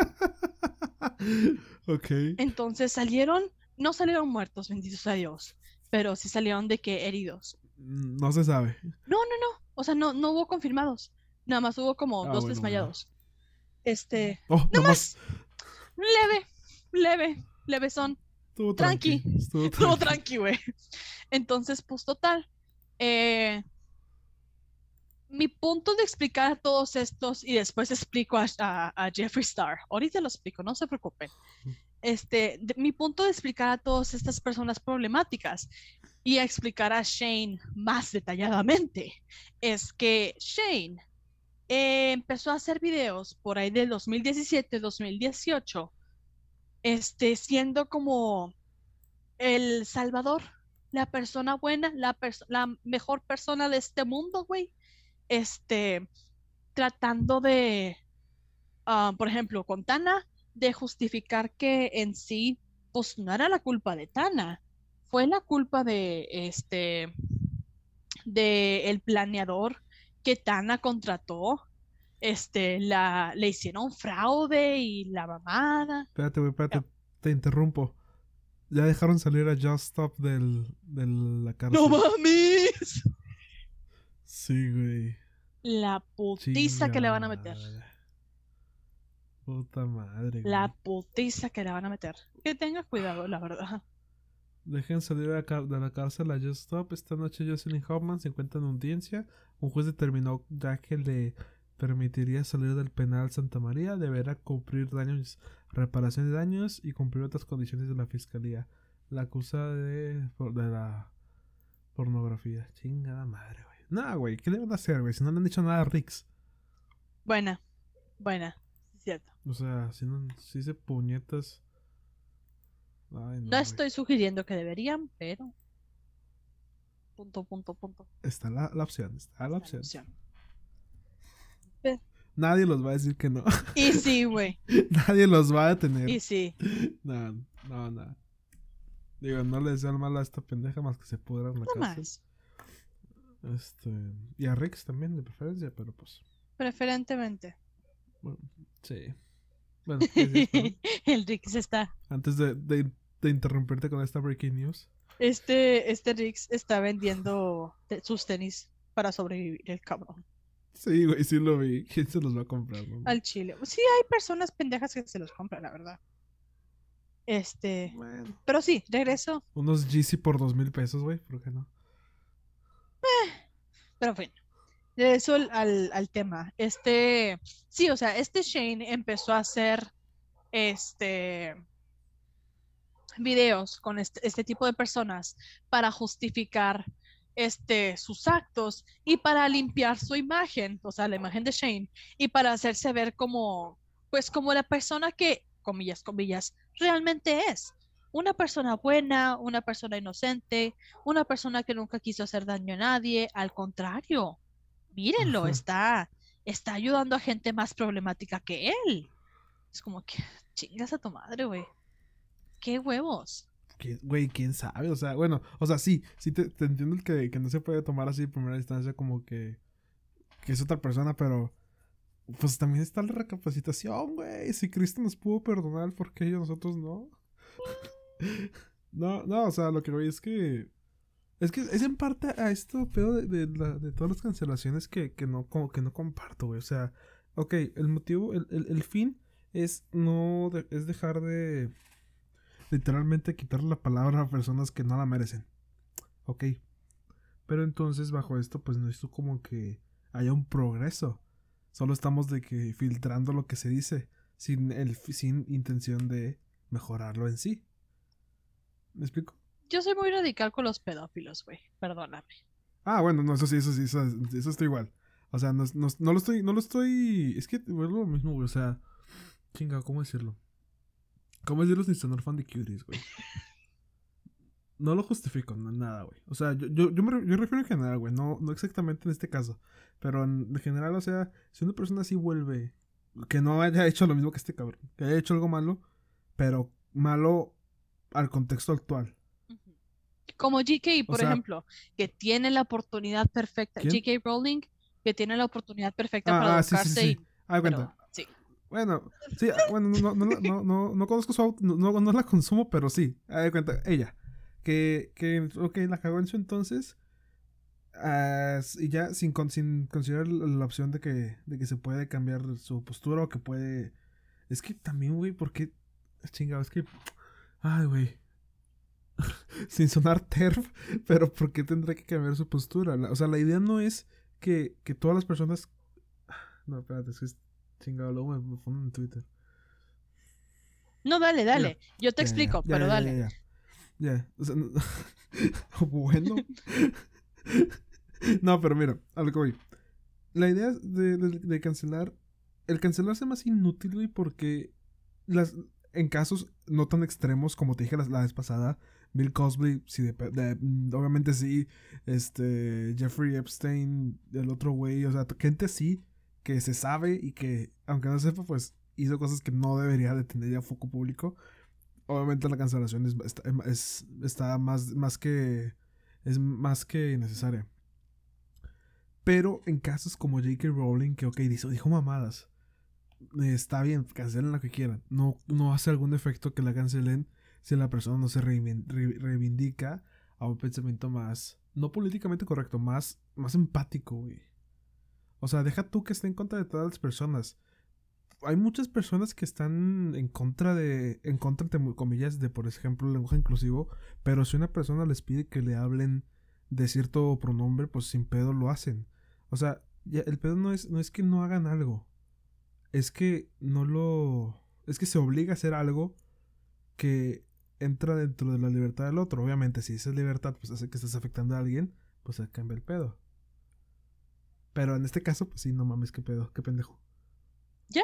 Ok. Entonces salieron, no salieron muertos, benditos a Dios, pero sí salieron de que heridos. No se sabe. No, no, no. O sea, no, no hubo confirmados. Nada más hubo como Ah, dos bueno, bueno. desmayados. Este, Oh, nada nomás. más, leve, leve, leve son. Estuvo tranqui. Tranqui, Estuvo todo tranqui. tranqui, güey. Entonces, pues total. Eh, mi punto de explicar a todos estos y después explico a, a, a Jeffree Star. Ahorita lo explico, no se preocupen. Este, de, mi punto de explicar a todas estas personas problemáticas y a explicar a Shane más detalladamente es que Shane eh, empezó a hacer videos por ahí del dos mil diecisiete, dos mil dieciocho, este, siendo como el salvador, la persona buena, la, perso la mejor persona de este mundo, güey. Este, tratando de, uh, por ejemplo, con Tana, de justificar que en sí, pues no era la culpa de Tana, fue la culpa de este, de el planeador que Tana contrató, este, la, le hicieron fraude y la mamada. Espérate, güey, espérate. Te interrumpo. Ya dejaron salir a Just Stop del, de la ¡No cárcel. mames! Sí, güey. La putiza que le Chingada van a meter. madre. Puta madre, La güey. putiza que le van a meter. Que tenga cuidado, la verdad. Dejen salir de la, de la cárcel a Just Stop. Esta noche Jocelyn Hoffman se encuentra en audiencia. Un juez determinó ya que le permitiría salir del penal Santa María. Deberá cumplir daños, reparación de daños y cumplir otras condiciones de la fiscalía. La acusa de, de la pornografía. Chingada madre, güey. Nah, güey. ¿Qué le van a hacer, güey? Si no le han dicho nada a Rix. Buena, buena, es cierto. O sea, si no, si se puñetas. Ay, no, No güey. estoy sugiriendo que deberían, pero punto, punto, punto. Está la, la opción, está la Está la opción. opción. Pe- Nadie los va a decir que no. Y sí, güey. Nadie los va a detener. Y sí. No, no, no. Digo, no le desean mal a esta pendeja más que se pudra en la No cárcel. más. Este. Y a Rix también, de preferencia, pero pues. Preferentemente. Bueno, sí. Bueno, ¿qué decías, perdón? El Rix está. Antes de, de, de interrumpirte con esta breaking news. Este, este Rix está vendiendo te- sus tenis para sobrevivir, el cabrón. Sí, güey, sí lo vi. ¿Quién se los va a comprar, no? Al chile. Sí, hay personas pendejas que se los compran, la verdad. Este. Bueno. Pero sí, regreso. Unos Yeezy por dos mil pesos, güey, ¿por qué no? Pero bueno, de eso al, al, al tema. Este, sí, o sea, este Shane empezó a hacer este videos con este, este tipo de personas para justificar este, sus actos y para limpiar su imagen, o sea, la imagen de Shane, y para hacerse ver como, pues, como la persona que, comillas, comillas, realmente es. Una persona buena, una persona inocente, una persona que nunca quiso hacer daño a nadie. Al contrario, mírenlo, Ajá. está, está ayudando a gente más problemática que él. Es como que chingas a tu madre, güey. ¿Qué huevos? ¿Quién- Güey, quién sabe, o sea, bueno, o sea, sí, sí te, te entiendo el que, que no se puede tomar así de primera instancia como que, que es otra persona, pero pues también está la recapacitación, güey. Si Cristo nos pudo perdonar, ¿por qué ellos nosotros no? No, no, o sea, lo que voy es que. Es que es en parte a esto pedo de, de, la- de todas las cancelaciones que, que, no, como que no comparto, güey. O sea, ok, el motivo, el, el, el fin es no. de- es dejar de. Literalmente quitarle la palabra a personas que no la merecen. Ok. Pero entonces, bajo esto, pues no es como que haya un progreso. Solo estamos de que filtrando lo que se dice. Sin, el, sin intención de mejorarlo en sí. ¿Me explico? Yo soy muy radical con los pedófilos, güey. Perdóname. Ah, bueno, no, eso sí, eso sí, eso, eso está igual. O sea, no, no, no lo estoy, no lo estoy. Es que es lo mismo, güey. O sea, chinga, ¿cómo decirlo? ¿Cómo decirlo sin sonar fan de cuties, güey? No lo justifico, no, nada, güey. O sea, yo, yo, yo me re- yo refiero en general, güey. No, no exactamente en este caso. Pero en, en general, o sea, si una persona así vuelve, que no haya hecho lo mismo que este cabrón, que haya hecho algo malo, pero malo al contexto actual. Ujú. Como G K, O por sea, ejemplo, que tiene la oportunidad perfecta. ¿quién? G K Rowling, que tiene la oportunidad perfecta para Ah, ah, sí, sí, educarse sí. y... Ah, cuenta. Pero sí. Bueno, sí, ah, bueno, no, no, no, no, no, no conozco su auto, no, no, no la consumo, pero sí, haz de cuenta, ella, que, que, ok, la cagó en su entonces, ah, y ya sin, con- sin considerar la, la opción de que, de que se puede cambiar su postura o que puede, es que también, güey, ¿por qué? Chingado, es que, ay, güey, sin sonar TERF, pero ¿por qué tendrá que cambiar su postura? La- o sea, la idea no es que, que todas las personas, no, espérate, es que es chingado, luego me, me ponen en Twitter. No, dale, Mira, dale. Yo te ya, ya, explico, ya, pero ya, ya, ya, dale. ya. Ya, o sea, no- bueno. No, pero mira, a lo que voy. La idea de, de- de cancelar. El cancelar se me hace inútil, güey, porque las, en casos no tan extremos como te dije la, la vez pasada, Bill Cosby, sí, de, de- mm, obviamente sí, este, Jeffrey Epstein, el otro güey, o sea, gente así que se sabe y que, aunque no sepa, pues hizo cosas que no debería de tener ya foco público. Obviamente la cancelación es, está, es- está más, más que es más que necesaria. Pero en casos como J K. Rowling, que ok, dijo, dijo mamadas, eh, está bien, cancelen lo que quieran. No, no hace algún efecto que la cancelen si la persona no se reivin- re- reivindica a un pensamiento más, no políticamente correcto, más, más empático, güey. O sea, deja tú que esté en contra de todas las personas. Hay muchas personas que están en contra de, en contra, entre comillas, de, por ejemplo, el lenguaje inclusivo, pero si una persona les pide que le hablen de cierto pronombre, pues sin pedo lo hacen. O sea, ya, el pedo no es, no es que no hagan algo, es que no lo, es que se obliga a hacer algo que entra dentro de la libertad del otro. Obviamente, si esa libertad pues hace que estés afectando a alguien, pues se cambia el pedo. Pero en este caso, pues sí, no mames, qué pedo, qué pendejo. ¿Ya?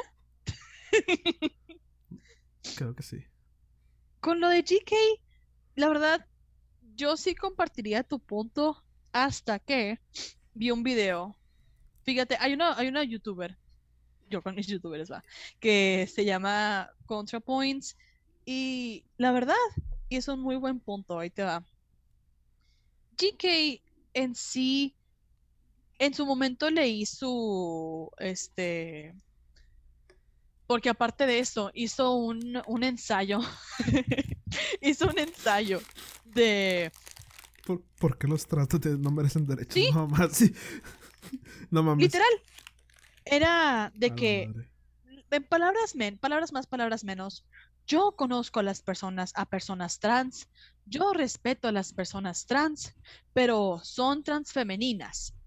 Creo que sí. Con lo de G K, la verdad, yo sí compartiría tu punto hasta que vi un video. Fíjate, hay una, hay una youtuber, yo con mis youtubers va, que se llama ContraPoints y la verdad hizo un muy buen punto, ahí te va. G K en sí, en su momento leí su, este, porque aparte de eso, hizo un, un ensayo, hizo un ensayo de, ¿Por, ¿Por qué los tratos de no merecen sí, derechos? No mames, sí. No mames. literal, era de A la que, madre. en palabras, men, palabras más, palabras menos, yo conozco a las personas, a personas trans, yo respeto a las personas trans, pero son transfemeninas.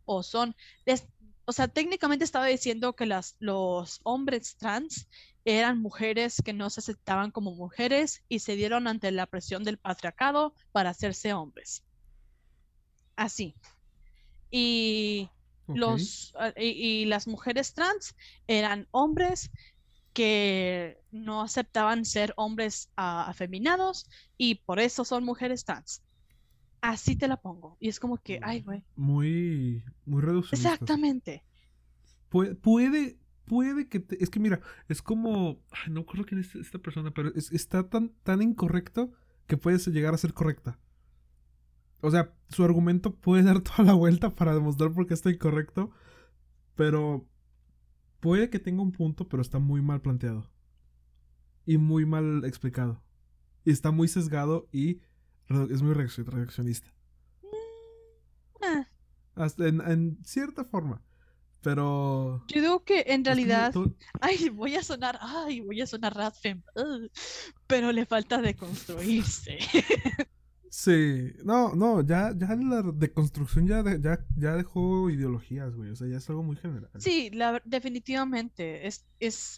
o son, es- o sea, técnicamente estaba diciendo que las, los hombres trans eran mujeres que no se aceptaban como mujeres y se dieron ante la presión del patriarcado para hacerse hombres. Así. Y Ok. los ah, y, y las mujeres trans eran hombres que no aceptaban ser hombres ah, afeminados y por eso son mujeres trans. Así te la pongo. Y es como que, ay, güey. Muy, muy reduccionistas. Exactamente. Puede, puede, puede que te- es que mira, es como, ay, no recuerdo quién es esta persona, pero es- está tan, tan incorrecto que puede llegar a ser correcta. O sea, su argumento puede dar toda la vuelta para demostrar por qué está incorrecto, pero puede que tenga un punto, pero está muy mal planteado y muy mal explicado. Y está muy sesgado y re- es muy reaccio- reaccionista. Ah, Hasta en, en cierta forma. Pero yo digo que en es que me, realidad, todo- ay, voy a sonar, ay, voy a sonar Radfem, ugh, pero le falta de construirse. sí, no, no, ya, ya la deconstrucción ya, de- ya, ya dejó ideologías, güey. O sea, ya es algo muy general. Sí, la, definitivamente. Es, es,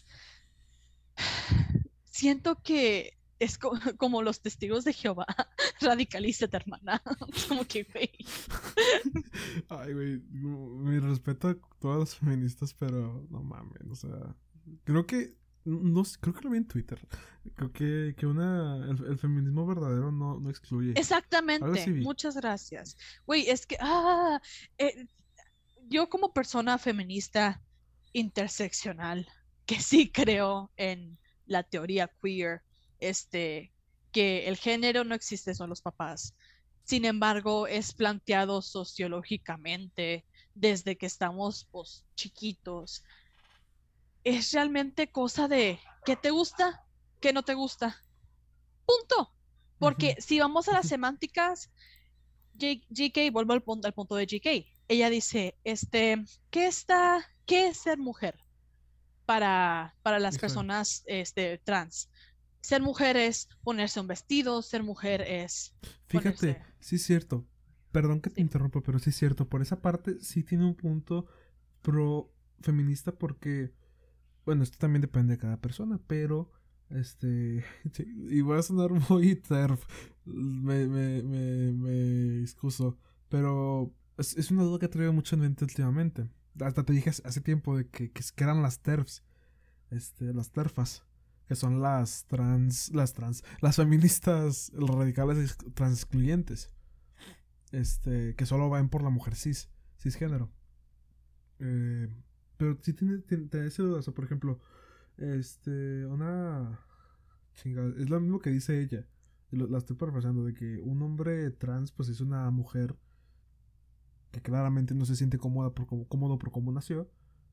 siento que es co- como los testigos de Jehová. Radicalízate, hermana. Es como que, güey. Ay, güey, mi respeto a todas las feministas, pero no mames, o sea, creo que, no sé, creo que lo vi en Twitter. Creo que, que una, el, el feminismo verdadero no, no excluye. Algo así Exactamente, vi. muchas gracias. Güey, es que, ah, eh, yo como persona feminista interseccional, que sí creo en la teoría queer, este, que el género no existe, son los papás. Sin embargo, es planteado sociológicamente desde que estamos pues, chiquitos. Es realmente cosa de qué te gusta, qué no te gusta. Punto. Porque Ujú. si vamos a las semánticas, J- GK, vuelvo al punto, al punto de G K. Ella dice, este, ¿qué está, qué es ser mujer para, para las Eso era. personas este, trans? Ser mujer es ponerse un vestido, ser mujer es Fíjate, ponerse, sí es cierto. Perdón que te sí, interrumpa, pero sí es cierto. Por esa parte sí tiene un punto pro feminista porque, bueno, esto también depende de cada persona, pero, este, sí, y voy a sonar muy TERF, me, me, me, me excuso, pero es, es una duda que he traído mucho en mente últimamente. Hasta te dije hace, hace tiempo de que, que, que eran las TERFs, este, las TERFas, que son las trans, las trans, las feministas radicales trans excluyentes, este, que solo van por la mujer cis, cisgénero. Eh, pero sí tiene, tiene, tiene esa duda, o sea, por ejemplo, este, una chingada, es lo mismo que dice ella, y lo- la estoy parafraseando, de que un hombre trans, pues es una mujer que claramente no se siente cómoda por cómo, cómodo por cómo nació,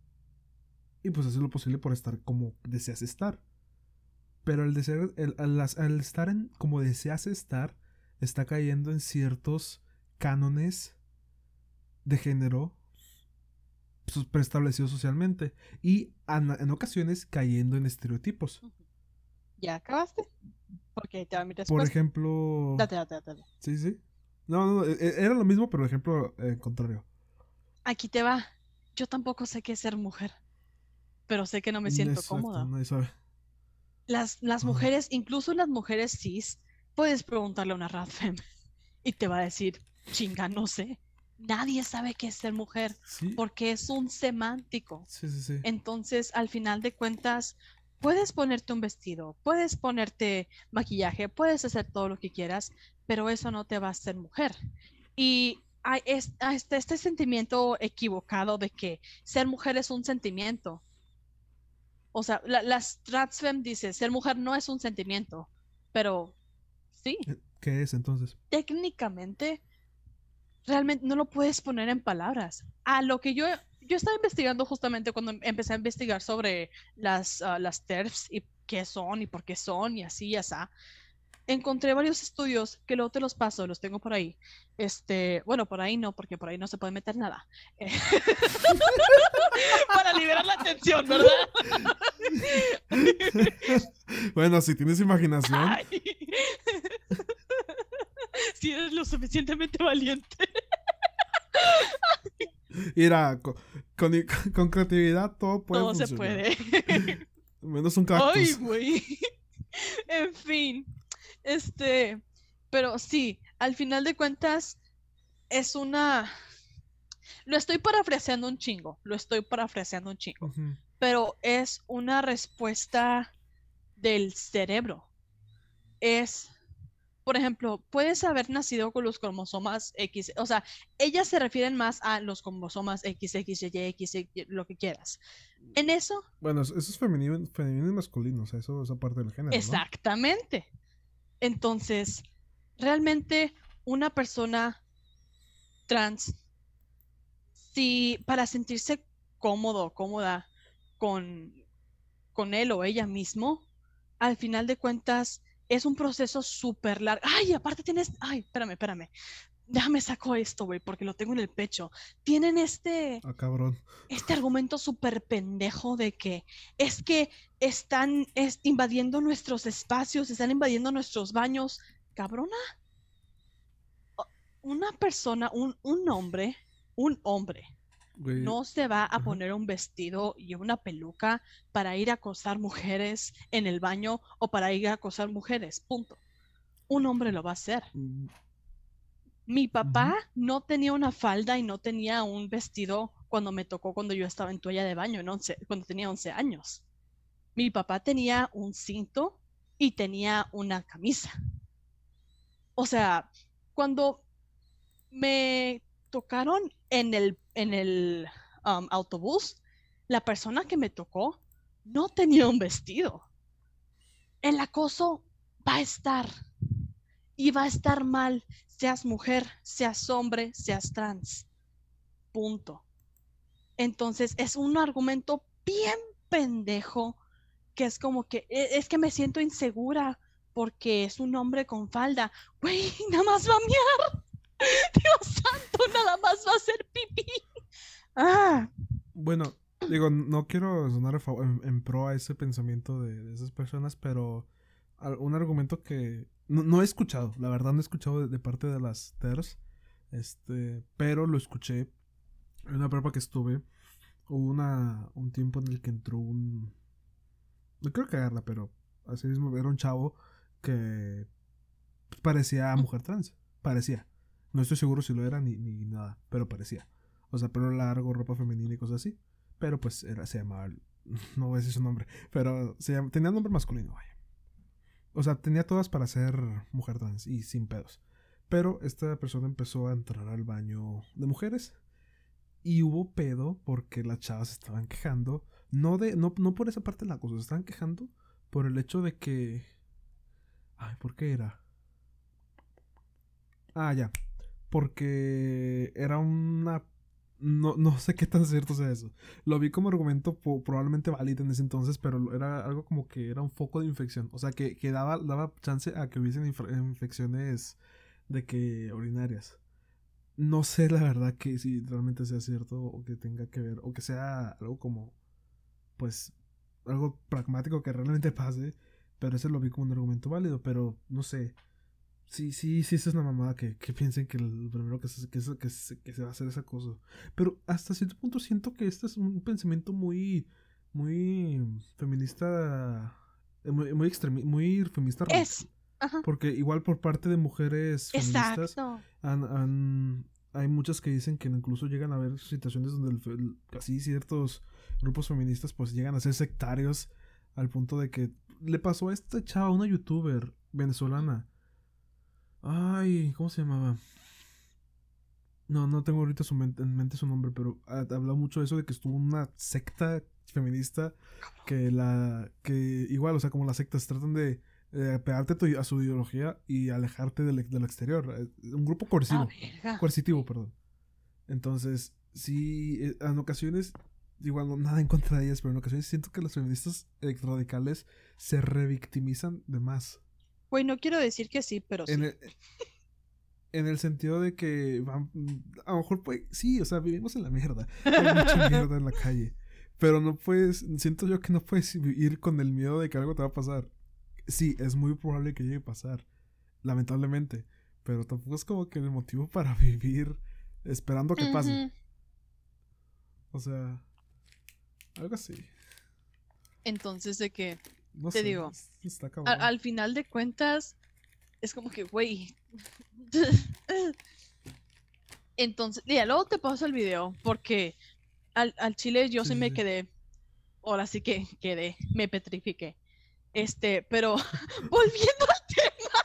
y pues hace lo posible por estar como deseas estar. Pero el desear, el, al, al estar en como deseas estar, está cayendo en ciertos cánones de género pues, preestablecidos socialmente y en, en ocasiones cayendo en estereotipos. ¿ya acabaste? Porque te va mi Por respuesta. ejemplo, Date, date, date, date. sí, sí. No, no, no, e- e- era lo mismo, pero ejemplo eh, contrario. Aquí te va. Yo tampoco sé qué es ser mujer, pero sé que no me Mm, siento exacto, cómoda. nadie sabe. Las, las Ah, mujeres, incluso las mujeres cis, puedes preguntarle a una radfem y te va a decir, chinga, no sé. Nadie sabe qué es ser mujer sí, porque es un semántico. sí, sí, sí. Entonces, al final de cuentas, puedes ponerte un vestido, puedes ponerte maquillaje, puedes hacer todo lo que quieras, pero eso no te va a hacer mujer. Y hay es- hay este, este sentimiento equivocado de que ser mujer es un sentimiento. O sea, la- las transfem dice, ser mujer no es un sentimiento, pero sí, Eh, ¿Qué es entonces? técnicamente realmente no lo puedes poner en palabras. A lo que yo, yo estaba investigando justamente cuando em- empecé a investigar sobre las, ah, las TERFs y qué son y por qué son y así y así. Encontré varios estudios que luego te los paso, los tengo por ahí. Este, bueno, por ahí no, porque por ahí no se puede meter nada. Eh, para liberar la tensión, ¿verdad? Bueno, si tienes imaginación. Ay. Si eres lo suficientemente valiente. Mira, con, con, con creatividad todo puede Todo se funcionar. puede. Menos un Ay, cactus. güey. En fin, este, pero sí, al final de cuentas es una, lo estoy parafraseando un chingo, lo estoy parafraseando un chingo, Ujú. pero es una respuesta del cerebro. Es, por ejemplo, puedes haber nacido con los cromosomas X, o sea, ellas se refieren más a los cromosomas X, X, Y, X, Y, lo que quieras. En eso, Bueno, eso es femenino, femenino y masculino, o sea, eso es parte del género, ¿no? exactamente. Entonces, realmente una persona trans, si para sentirse cómodo, cómoda con, con él o ella mismo, al final de cuentas es un proceso súper largo. Ay, aparte tienes, ay, espérame, espérame. Déjame saco esto, güey, porque lo tengo en el pecho. Tienen este, Ah, cabrón. este argumento súper pendejo de que es que están es, invadiendo nuestros espacios, están invadiendo nuestros baños. Cabrona, una persona, un, un hombre, un hombre, Güey. no se va a Ajá. poner un vestido y una peluca para ir a acosar mujeres en el baño o para ir a acosar mujeres, punto. Un hombre lo va a hacer. Mm, Mi papá ujú. no tenía una falda y no tenía un vestido cuando me tocó cuando yo estaba en toalla de baño, en once, cuando tenía once años. Mi papá tenía un cinto y tenía una camisa. O sea, cuando me tocaron en el, en el um, autobús, la persona que me tocó no tenía un vestido. El acoso va a estar y va a estar mal, seas mujer, seas hombre, seas trans. Punto. Entonces es un argumento bien pendejo que es como que e, es que me siento insegura porque es un hombre con falda. Güey, nada más va a miar. Dios santo, nada más va a hacer pipí. Ah, Bueno, digo, no quiero sonar a fav- en, en pro a ese pensamiento de, de esas personas, pero al- un argumento que no, no he escuchado, la verdad no he escuchado de, de parte de las T E R S, este, pero lo escuché en una prepa que estuve. Hubo una, un tiempo en el que entró un... No quiero cagarla, pero así mismo era un chavo que parecía mujer trans. Parecía. No estoy seguro si lo era ni, ni nada, pero parecía. O sea, pelo largo, ropa femenina y cosas así. Pero pues era, se llamaba... No voy a decir su nombre, pero se llama, tenía nombre masculino, vaya. O sea, tenía todas para ser mujer trans y sin pedos. Pero esta persona empezó a entrar al baño de mujeres y hubo pedo porque las chavas se estaban quejando. No, de, no, no por esa parte de la cosa, se estaban quejando por el hecho de que... Ay, ¿por qué era? Ah, ya. Porque era una... No, no sé qué tan cierto sea eso. Lo vi como argumento po- probablemente válido en ese entonces, pero era algo como que era un foco de infección. O sea, que, que daba, daba chance a que hubiesen inf- infecciones de que urinarias. No sé la verdad que si realmente sea cierto o que tenga que ver, o que sea algo como, pues, algo pragmático que realmente pase, pero ese lo vi como un argumento válido, pero no sé. Sí, sí, sí, esa es una mamada que, que piensen que lo primero que se, que, se, que, se, que se va a hacer es acoso. Pero hasta cierto punto siento que este es un pensamiento muy, muy feminista, eh, muy, muy, extremi- muy feminista radical. es. Ajá. Porque igual por parte de mujeres feministas, Exacto. han, han- hay muchas que dicen que incluso llegan a haber situaciones donde el, el, casi ciertos grupos feministas pues llegan a ser sectarios al punto de que le pasó a esta chava, una youtuber venezolana. Ay, ¿cómo se llamaba? No, no tengo ahorita su mente, en mente su nombre, pero ha, habla mucho de eso de que estuvo en una secta feminista que la que igual, o sea, como las sectas tratan de eh, pegarte a, tu- a su ideología y alejarte del, del exterior. Eh, Un grupo La coercivo, verga. coercitivo, perdón. Entonces, sí, eh, en ocasiones, igual no nada en contra de ellas, pero en ocasiones siento que los feministas eh, radicales se revictimizan de más. Güey, no quiero decir que sí, pero En sí. el, En el sentido de que van- a lo mejor pues, sí, o sea, vivimos en la mierda. Hay mucha mierda en la calle. Pero no puedes, siento yo que no puedes ir con el miedo de que algo te va a pasar. Sí, es muy probable que llegue a pasar, lamentablemente. Pero tampoco es como que el motivo para vivir esperando que pase. Ujú. O sea, algo así. Entonces, de que, No te sé, digo, está a- cabrón. al final de cuentas, es como que, güey. Entonces, ya, luego te paso el video, porque al, al chile yo Sí, se sí, me sí. quedé, ahora sí que quedé, me petrifiqué. Este, pero volviendo al tema,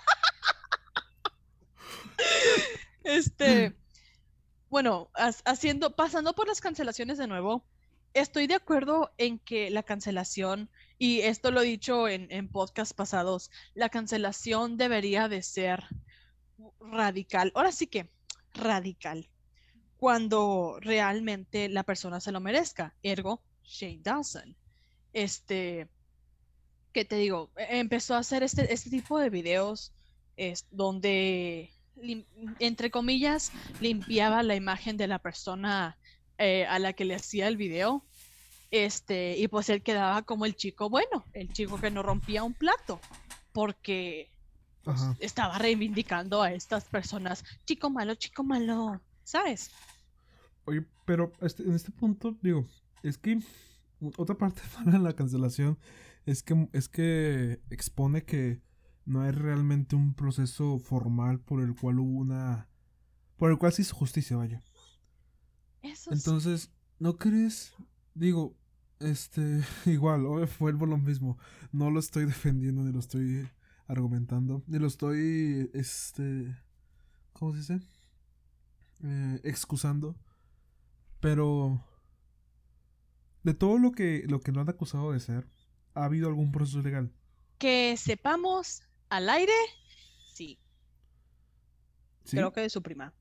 este, bueno, has- haciendo, pasando por las cancelaciones de nuevo, estoy de acuerdo en que la cancelación, y esto lo he dicho en, en podcasts pasados, la cancelación debería de ser radical. Ahora sí que radical, cuando realmente la persona se lo merezca. Ergo, Shane Dawson. Este, ¿qué te digo? E- Empezó a hacer este, este tipo de videos es, donde, lim- entre comillas, limpiaba la imagen de la persona eh, a la que le hacía el video. Este, y pues él quedaba como el chico bueno, el chico que no rompía un plato, porque pues Ajá. estaba reivindicando a estas personas, chico malo, chico malo, ¿sabes? Oye, pero este, en este punto, digo, es que otra parte para la cancelación es que, es que expone que no hay realmente un proceso formal por el cual hubo una... Por el cual se hizo justicia, vaya. Eso sí. Entonces, ¿no crees? Digo, este, igual, o- vuelvo a lo mismo. No lo estoy defendiendo, ni lo estoy argumentando, ni lo estoy, este, ¿cómo se dice? Eh, excusando. Pero de todo lo que, lo que lo han acusado de ser, ¿ha habido algún proceso legal? Que sepamos al aire, sí, creo ¿Sí? que de su prima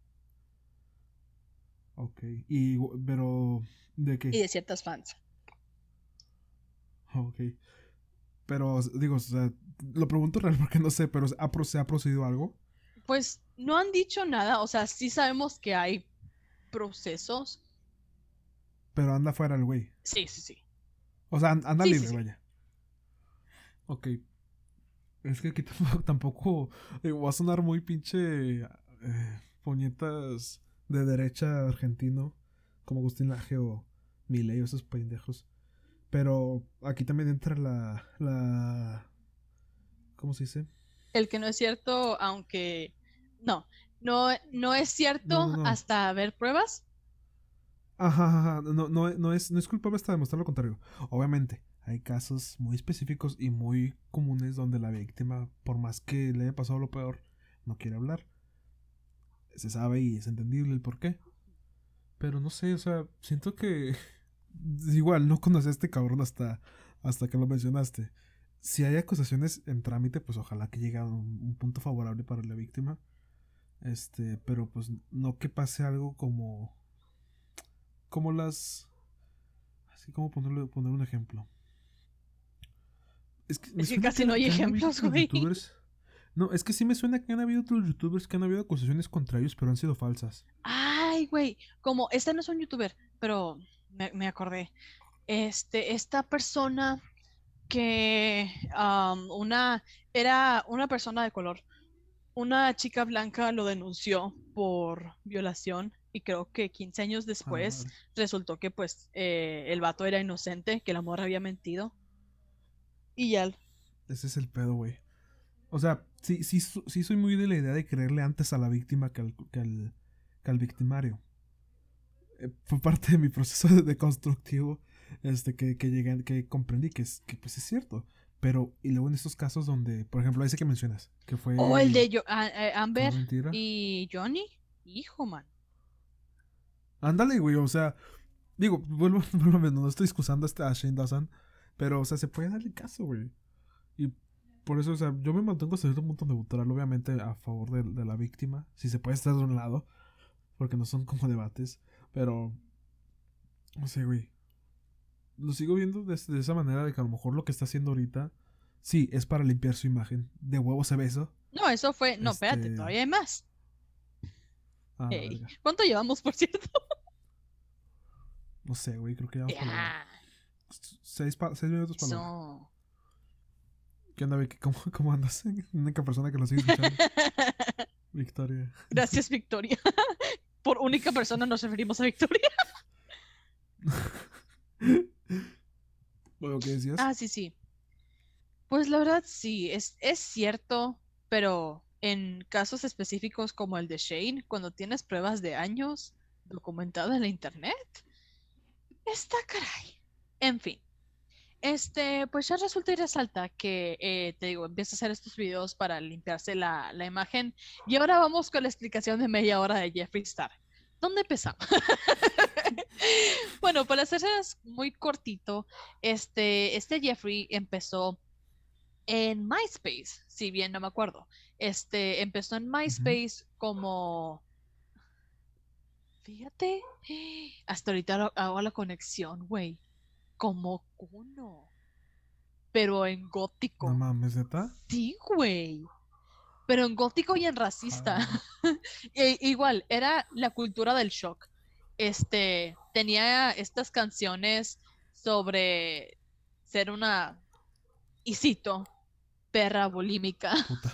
Ok. Y, pero, ¿de y qué? de ciertas fans. Ok. Pero, digo, o sea, lo pregunto real porque no sé, pero ¿ha, pro- ¿se ha procedido algo? Pues no han dicho nada, o sea, sí sabemos que hay procesos. Pero anda fuera el güey. Sí, sí, sí. O sea, anda Sí, sí, libre, sí. vaya. Ok. Es que aquí tampoco, tampoco eh, va a sonar muy pinche eh, puñetas de derecha argentino, como Agustín Laje o Milei o esos pendejos. Pero aquí también entra la, la, ¿cómo se dice? El que no es cierto, aunque no, no, no es No, no, cierto no. hasta ver pruebas. Ajá, ajá, no, no, no, es, no es culpable hasta demostrar lo contrario. Obviamente, hay casos muy específicos y muy comunes donde la víctima, por más que le haya pasado lo peor, no quiere hablar. Se sabe y es entendible el por qué. Pero no sé, o sea, siento que igual no conocí a este cabrón hasta, hasta que lo mencionaste. Si hay acusaciones en trámite, pues ojalá que llegue a un, un punto favorable para la víctima. Este, pero pues no que pase algo como como las así como ponerle poner un ejemplo. Es que me Es que suena casi que, no hay que han habido ejemplos, otros güey. youtubers. No, es que sí me suena que han habido otros youtubers que han habido acusaciones contra ellos, pero han sido falsas. Ay, güey, como este no es un youtuber, pero me, me acordé. Este, esta persona que um, una era una persona de color. Una chica blanca lo denunció por violación y creo que quince años A la después madre. resultó que pues eh, el vato era inocente, que la morra había mentido y ya. Ese es el pedo, güey. O sea, sí, sí, sí soy muy de la idea de creerle antes a la víctima que al, que al, que al victimario. Eh, fue parte de mi proceso de, de constructivo este, que, que llegué, que comprendí que, es, que pues es cierto. Pero, y luego en estos casos donde, por ejemplo, ese que mencionas, que O el fue, de Yo- a- a- que fue Amber mentira. y Johnny, hijo man. Ándale, güey, o sea, digo, vuelvo, vuelvo a no estoy excusando a, este, a Shane Dawson, pero, o sea, se puede darle caso, güey. Y por eso, o sea, yo me mantengo hasta cierto punto neutral, obviamente, a favor de, de la víctima, si se puede estar de un lado, porque no son como debates, pero, no sé, güey. Lo sigo viendo de, de esa manera de que a lo mejor lo que está haciendo ahorita, sí, es para limpiar su imagen. De huevo se ve eso. No, eso fue, no, espérate, Este, todavía hay más. ah, la Ey, verga. ¿cuánto llevamos, por cierto? No sé, güey, creo que ya vamos para Ya, seis, pa seis minutos para la hora. eso. ¿Qué onda, Vicky? ¿Cómo, cómo andas? La única persona que lo sigue escuchando. Victoria. Gracias, Victoria. Por única persona nos referimos a Victoria. Bueno, ¿qué decías? Ah, sí, sí. Pues la verdad sí, es, es cierto, pero en casos específicos como el de Shane, cuando tienes pruebas de años documentadas en la internet, está caray. En fin, este, pues ya resulta y resalta que, eh, te digo, empieza a hacer estos videos para limpiarse la, la imagen. Y ahora vamos con la explicación de media hora de Jeffree Star. ¿Dónde empezamos? Bueno, para hacerse muy cortito, este, este Jeffree empezó en MySpace, si bien no me acuerdo. Este, empezó en Ujú. MySpace como, fíjate, hasta ahorita lo- hago la conexión, güey, como Kuno, pero en No gótico. mames, ¿neta? Sí, güey, pero en gótico y en racista. Jala. E- igual, era la cultura del shock. Este, tenía estas canciones sobre ser una, y cito, perra bulímica. Puta.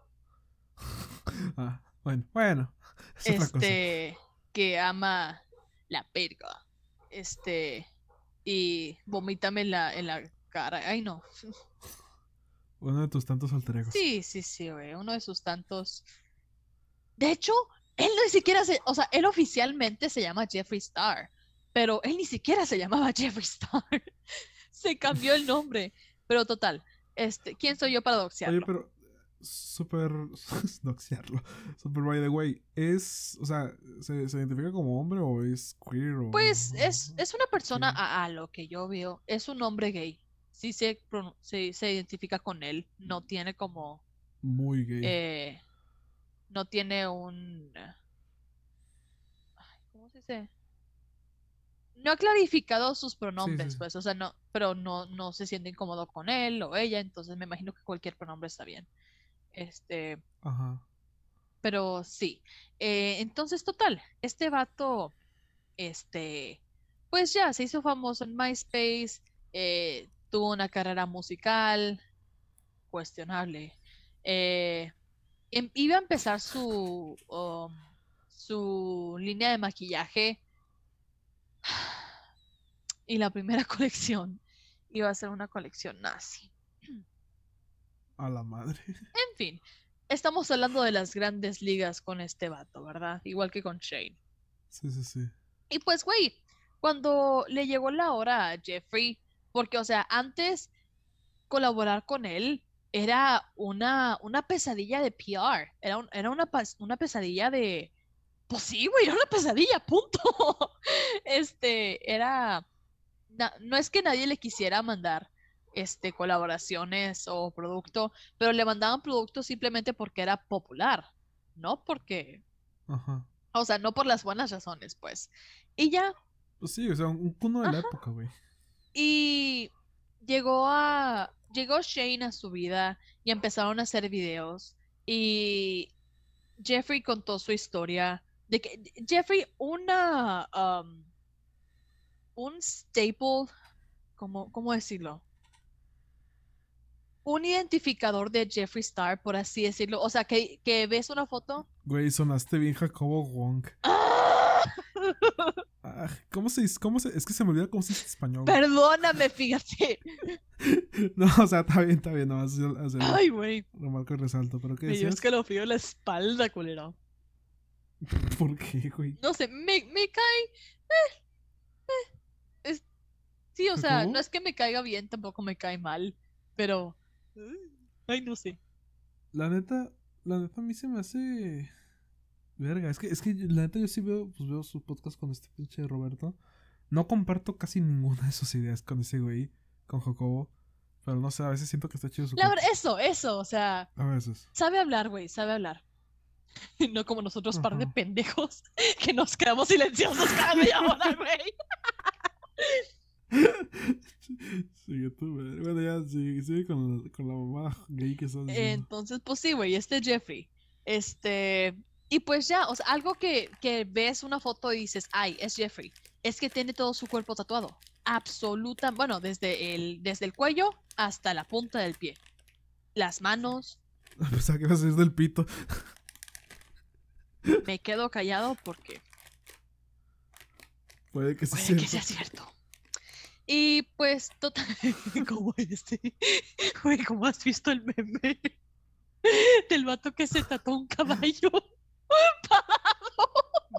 Ah, bueno, bueno, es otra cosa. Este, que ama la perga, este, y vomítame en la, en la cara. Ay, no. Uno de tus tantos alter egos. Sí, sí, sí, güey, uno de sus tantos. De hecho, él no ni siquiera se, o sea, él oficialmente se llama Jeffree Star, pero él ni siquiera se llamaba Jeffree Star. Se cambió el nombre. Pero total, este, ¿quién soy yo para Oye, doxearlo? pero súper doxearlo. Super by the way, es, o sea, ¿se, se identifica como hombre o es queer Pues o es, es una persona qué? a, a lo que yo veo, es un hombre gay. Sí se, pronu- se, se identifica con él, no tiene como, Muy gay. eh, no tiene un, ay, ¿cómo se dice? No ha clarificado sus Sí, sí, pronombres, sí. pues, o sea, no, pero no, no se siente incómodo con él o ella, entonces me imagino que cualquier pronombre está bien. Este, Ajá. pero sí. Eh, entonces, total, este vato, este, pues ya se hizo famoso en MySpace, eh, tuvo una carrera musical cuestionable. eh, em- iba a empezar su, um, su línea de maquillaje y la primera colección iba a ser una colección nazi. A la madre. En fin, estamos hablando de las grandes ligas con este vato, ¿verdad? Igual que con Shane. Sí, sí, sí. Y pues, güey, cuando le llegó la hora a Jeffrey, porque, o sea, antes colaborar con él era una, una pesadilla de P R, era, un- era una, pas- una pesadilla de... Pues sí, güey, era una pesadilla, punto. Este, era... na- no es que nadie le quisiera mandar este, colaboraciones o producto, pero le mandaban productos simplemente porque era popular, no porque, Ajá. o sea, no por las buenas razones, pues. Y ya, Pues sí, o sea, un cuno de la ajá, época, güey. y llegó a, llegó Shane a su vida y empezaron a hacer videos y Jeffrey contó su historia de que Jeffrey, una, um, un staple, ¿cómo, cómo decirlo? Un identificador de Jeffree Star, por así decirlo. O sea, que, que ves una foto. Güey, sonaste bien Jacobo Wong. ¡Ah! Ah, ¿cómo se dice? ¿Cómo se...? Es que se me olvida cómo se dice en español. Perdóname, fíjate. No, o sea, está bien, está bien. No vas a hacer Ay, güey. remarco y resalto. ¿Pero qué Me dio decías? escalofrío en la espalda, culero. ¿Por qué, güey? No sé, me, me cae. es- sí, o sea, no ¿Jacobo? es que me caiga bien, tampoco me cae mal. Pero. Ay, no sé. La neta, la neta a mí se me hace... Verga, es que, es que la neta yo sí veo, pues veo su podcast con este pinche Roberto. No comparto casi ninguna de sus ideas con ese güey, con Jacobo. Pero no sé, a veces siento que está chido su La verdad, podcast. eso, eso, o sea, A veces. sabe hablar, güey, sabe hablar. No como nosotros, par de Ajá. pendejos, que nos quedamos silenciosos cada media hora, güey. Sigue tú, madre. Bueno, ya sigue, sigue con, la, con la mamá gay que estás diciendo. Entonces, pues sí, güey, este Jeffrey. Este, y pues ya, o sea, algo que, que ves una foto y dices, ay, es Jeffrey, es que tiene todo su cuerpo tatuado. Absoluta, bueno, desde el, desde el cuello hasta la punta del pie. Las manos, Pensaba que ibas a decir del pito. me quedo callado porque Puede que sea Puede cierto. que sea cierto. Y pues, total, como este, güey, ¿cómo has visto el meme del vato que se tatuó un caballo parado?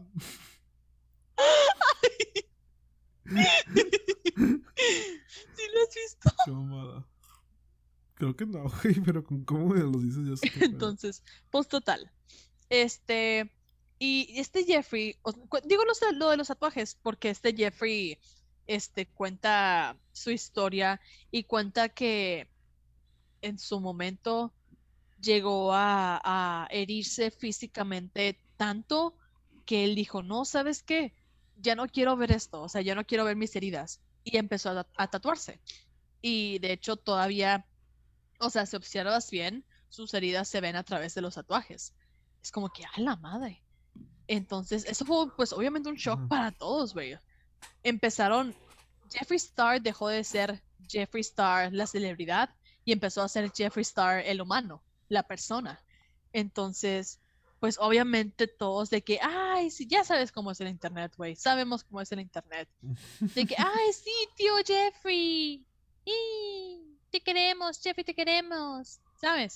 ¿Sí lo has visto? Qué mamada. Creo que no, güey, pero con cómo me lo dices ya sé qué pedo. Entonces, pues total. Este, y este Jeffrey, o- cu- digo lo, lo de los tatuajes, porque este Jeffrey, este, cuenta su historia y cuenta que en su momento llegó a, a herirse físicamente tanto que él dijo, no, ¿sabes qué? Ya no quiero ver esto, o sea, ya no quiero ver mis heridas. Y empezó a, a tatuarse. Y de hecho todavía, o sea, si observas bien, sus heridas se ven a través de los tatuajes. Es como que, ¡a la madre! Entonces, eso fue, pues, obviamente un shock Ajá. para todos, güey. Empezaron, Jeffree Star dejó de ser Jeffree Star, la celebridad, y empezó a ser Jeffree Star, el humano, la persona. Entonces, pues, obviamente todos de que, ay, sí, ya sabes cómo es el internet, güey. Sabemos cómo es el internet. De que, ay, sí, tío Jeffrey. Y te queremos, Jeffrey, te queremos. ¿Sabes?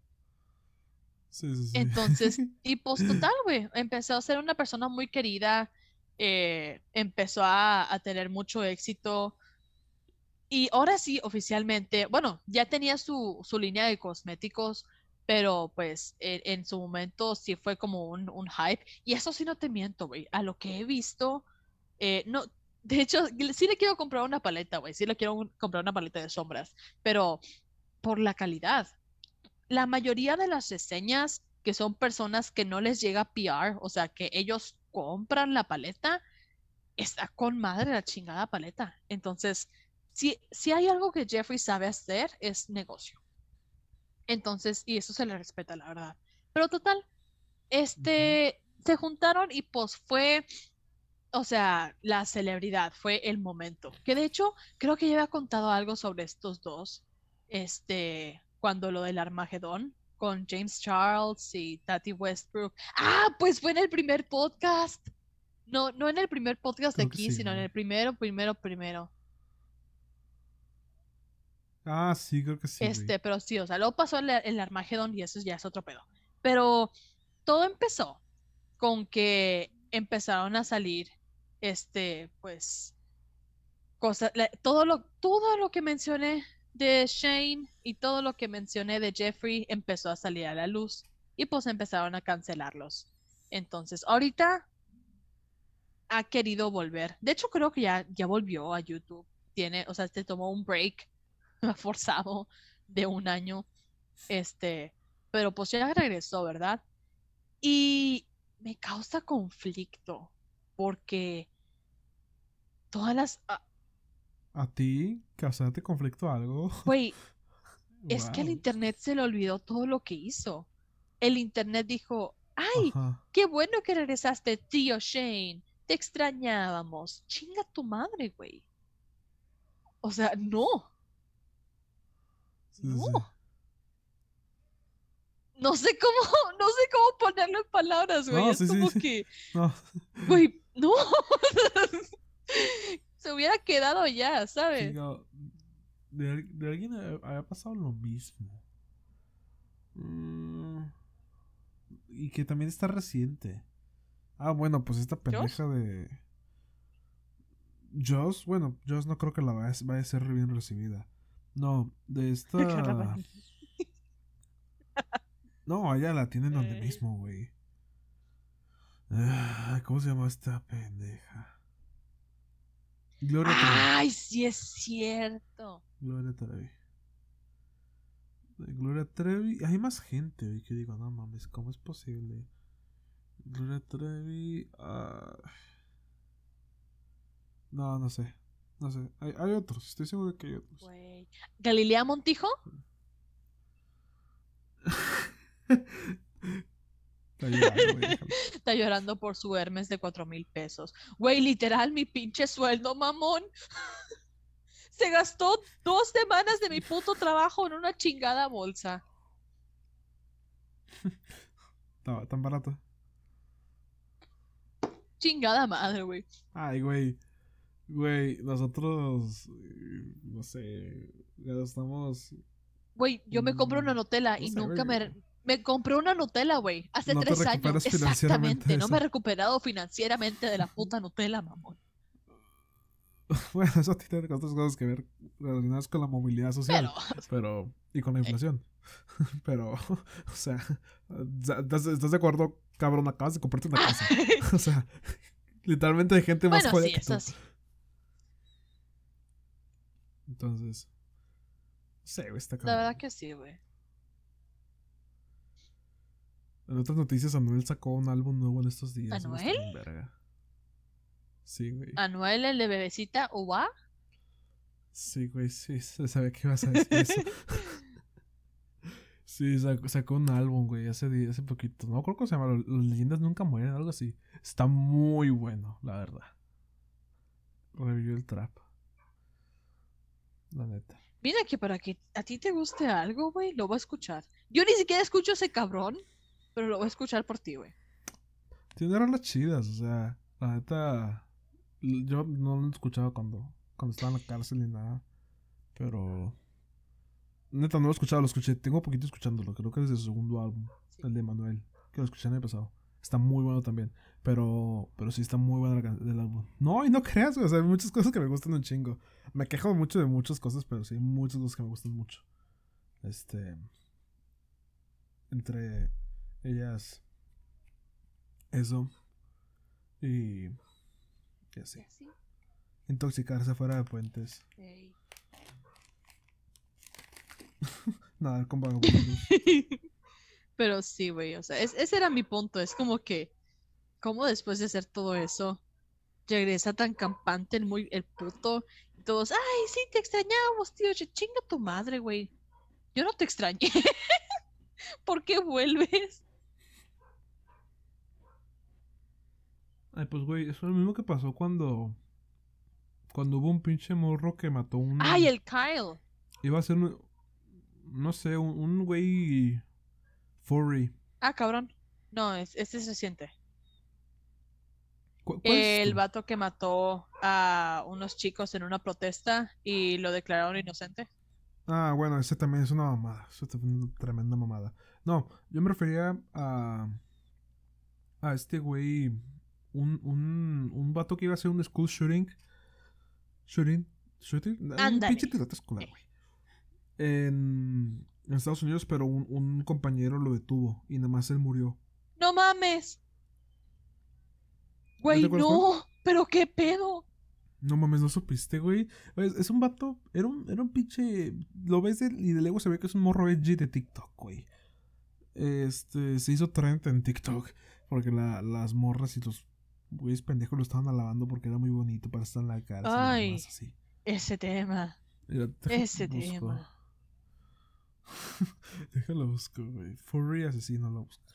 Sí, sí, Entonces, sí. y pues total, güey, empezó a ser una persona muy querida, eh, empezó a, a tener mucho éxito y ahora sí, oficialmente, bueno, ya tenía su, su línea de cosméticos, pero pues en, en su momento sí fue como un, un hype y eso sí no te miento, güey, a lo que he visto, eh, no, de hecho, sí le quiero comprar una paleta, güey, sí le quiero un- comprar una paleta de sombras, pero por la calidad la mayoría de las reseñas que son personas que no les llega P R, o sea, que ellos compran la paleta, está con madre la chingada paleta. Entonces, si, si hay algo que Jeffrey sabe hacer, es negocio. Entonces, y eso se le respeta, la verdad. Pero total, Ujú. este, se juntaron y pues fue, o sea, la celebridad, fue el momento. Que de hecho, creo que ya había contado algo sobre estos dos, este, cuando lo del Armagedón, con James Charles y Tati Westbrook. Ah, pues fue en el primer podcast. No, no en el primer podcast de Creo que aquí, sí, sino en güey. el primero, primero, primero. Ah, sí, creo que sí, güey. Este, pero sí, o sea, luego pasó el, el Armagedón y eso ya es otro pedo. Pero todo empezó con que empezaron a salir, este, pues cosas, la- todo lo, todo lo que mencioné de Shane y todo lo que mencioné de Jeffrey empezó a salir a la luz y pues empezaron a cancelarlos. Entonces, ahorita ha querido volver. De hecho, creo que ya, ya volvió a YouTube. Tiene, o sea, se tomó un break forzado de un año. Este, pero pues ya regresó, ¿verdad? Y me causa conflicto porque todas las, ah, ¿A ti? ¿Causaste conflicto algo? güey, es que al Wow. internet se le olvidó todo lo que hizo. El internet dijo, ay, Ajá. qué bueno que regresaste, tío Shane. Te extrañábamos. Chinga tu madre, güey. O sea, no, Sí, no. sí, sí. No sé cómo, no sé cómo ponerlo en palabras, güey. No, Es sí, sí, como sí. que, No. güey, no. Se hubiera quedado ya, ¿sabes? Chingado. De, al- de alguien ha- había pasado lo mismo. Mm, y que también está reciente. Ah, bueno, pues esta ¿Josh? pendeja de Joss. Bueno, Joss no creo que la vaya, a- vaya a ser bien recibida. No, de Carla esta. Vanilli. No, ella la tienen donde Eh, mismo, güey. Ah, ¿cómo se llama esta pendeja? Gloria Trevi. Ay, sí es cierto. Gloria Trevi. De Gloria Trevi. Hay más gente, güey, que digo, no mames, ¿cómo es posible? Gloria Trevi. ah, No, no sé. No sé. Hay, hay otros. Estoy seguro de que hay otros. Güey. Galilea Montijo Está llorando, güey. Déjalo. está llorando por su Hermes de cuatro mil pesos. Güey, literal, mi pinche sueldo, mamón. Se gastó dos semanas de mi puto trabajo en una chingada bolsa. Estaba tan barato. Chingada madre, güey. Ay, güey. Güey, nosotros. eh, No sé. Ya estamos. Güey, yo me compro una mm, Nutella no y sé, nunca güey. me... Me compré una Nutella, güey, hace No te tres años. recuperas financieramente de Exactamente, no me he eso. recuperado financieramente de la puta Nutella, mamón. Bueno, eso tiene otras cosas que ver relacionadas con la movilidad social. Pero, Pero. Y con la eh, inflación. Pero. O sea. ¿Estás, estás de acuerdo, cabrón? Acabas de comprarte una casa. O sea. Literalmente hay gente más bueno, jodida sí, que eso tú. sí. Entonces. No sé, güey, está La verdad cabrón. que sí, güey. En otras noticias, Anuel sacó un álbum nuevo en estos días, güey. Está ¿Anuel? bien verga. Sí, güey. ¿Anuel el de bebecita Uva? Sí, güey, sí, se sabía que ibas a decir eso. Sí, sacó, sacó un álbum, güey, hace, di- hace poquito. No creo que se llama Las leyendas nunca mueren, algo así. Está muy bueno, la verdad. Revivió el trap, la neta. Mira que para que a ti te guste algo, güey, lo voy a escuchar. Yo ni siquiera escucho a ese cabrón, pero lo voy a escuchar por ti, güey. Tiene rolas chidas, o sea, la neta. l- Yo no lo escuchaba cuando, cuando estaba en la cárcel ni nada. Pero. Neta, no lo escuchaba, lo escuché. Tengo poquito escuchándolo, creo que desde su segundo álbum, Sí. el de Manuel, que lo escuché el año pasado. Está muy bueno también. Pero, pero sí está muy buena la can- el álbum. No, y no creas, güey. O sea, hay muchas cosas que me gustan un chingo. Me quejo mucho de muchas cosas, pero sí hay muchas cosas que me gustan mucho. Este. Entre ellas, eso. Y. Y ¿Y así. así? Intoxicarse fuera de puentes. Ey. Nadar con vagabundos. Pero sí, güey, o sea, es- ese era mi punto. Es como que, ¿cómo después de hacer todo eso, regresa tan campante el muy, el puto? Y todos, ay, sí, te extrañamos, tío. Yo, chinga tu madre, güey. Yo no te extrañé. ¿Por qué vuelves? Ay, pues, güey, eso es lo mismo que pasó cuando. Cuando hubo un pinche morro que mató Ay, un. el Kyle. Iba a ser un. No sé, un, un güey. Furry. Ah, cabrón. No, es, este es reciente. ¿Cu- ¿Cuál es El esto? vato que mató a unos chicos en una protesta y lo declararon inocente. Ah, bueno, ese también es una mamada. Eso es una tremenda mamada. No, yo me refería a. A este güey. Un, un, un vato que iba a hacer un school shooting. Shooting. Shooting. Un pinche Ándale. tiroteo escolar, Eh, güey. En, en Estados Unidos, pero un, un compañero lo detuvo. Y nada más él murió. No mames. ¿No te Güey, acuerdas cuál? no. Pero qué pedo. No mames, no supiste, güey. Es, es un vato. Era un, era un pinche. Lo ves de- y de luego se ve que es un morro edgy de TikTok, güey. Este. Se hizo trend en TikTok. Porque la- las morras y los güeyes pendejos lo estaban alabando porque era muy bonito para estar en la cárcel y Ay, mamás así. ese tema. Mira, déjalo Ese busco. tema. Déjalo busco, güey. Furry asesino lo busco.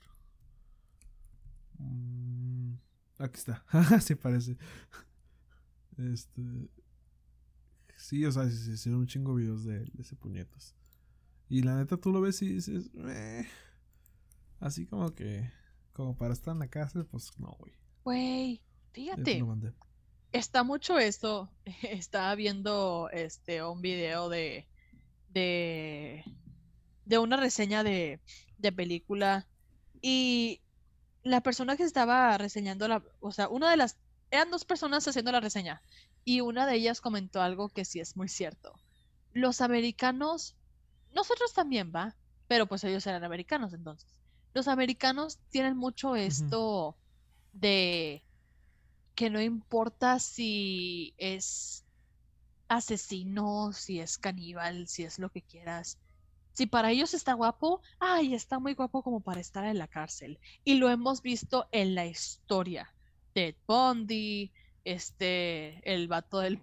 Mm, aquí está. Sí parece. Este. Sí, o sea, se se hicieron un chingo videos de, de ese puñetas. Y la neta tú lo ves y dices, "Meh". Así como que, como para estar en la cárcel, pues no, güey. Güey, Ya te lo fíjate. mandé. Está mucho esto. Estaba viendo este un video de, de, de una reseña de, de película y la persona que estaba reseñando la, o sea, una de las, eran dos personas haciendo la reseña y una de ellas comentó algo que sí es muy cierto. Los americanos, nosotros también, ¿va? Pero pues ellos eran americanos entonces. Los americanos tienen mucho Ujú. esto de que no importa si es asesino, si es caníbal, si es lo que quieras. Si para ellos está guapo, ay, está muy guapo como para estar en la cárcel. Y lo hemos visto en la historia. Ted Bundy, este, el vato del...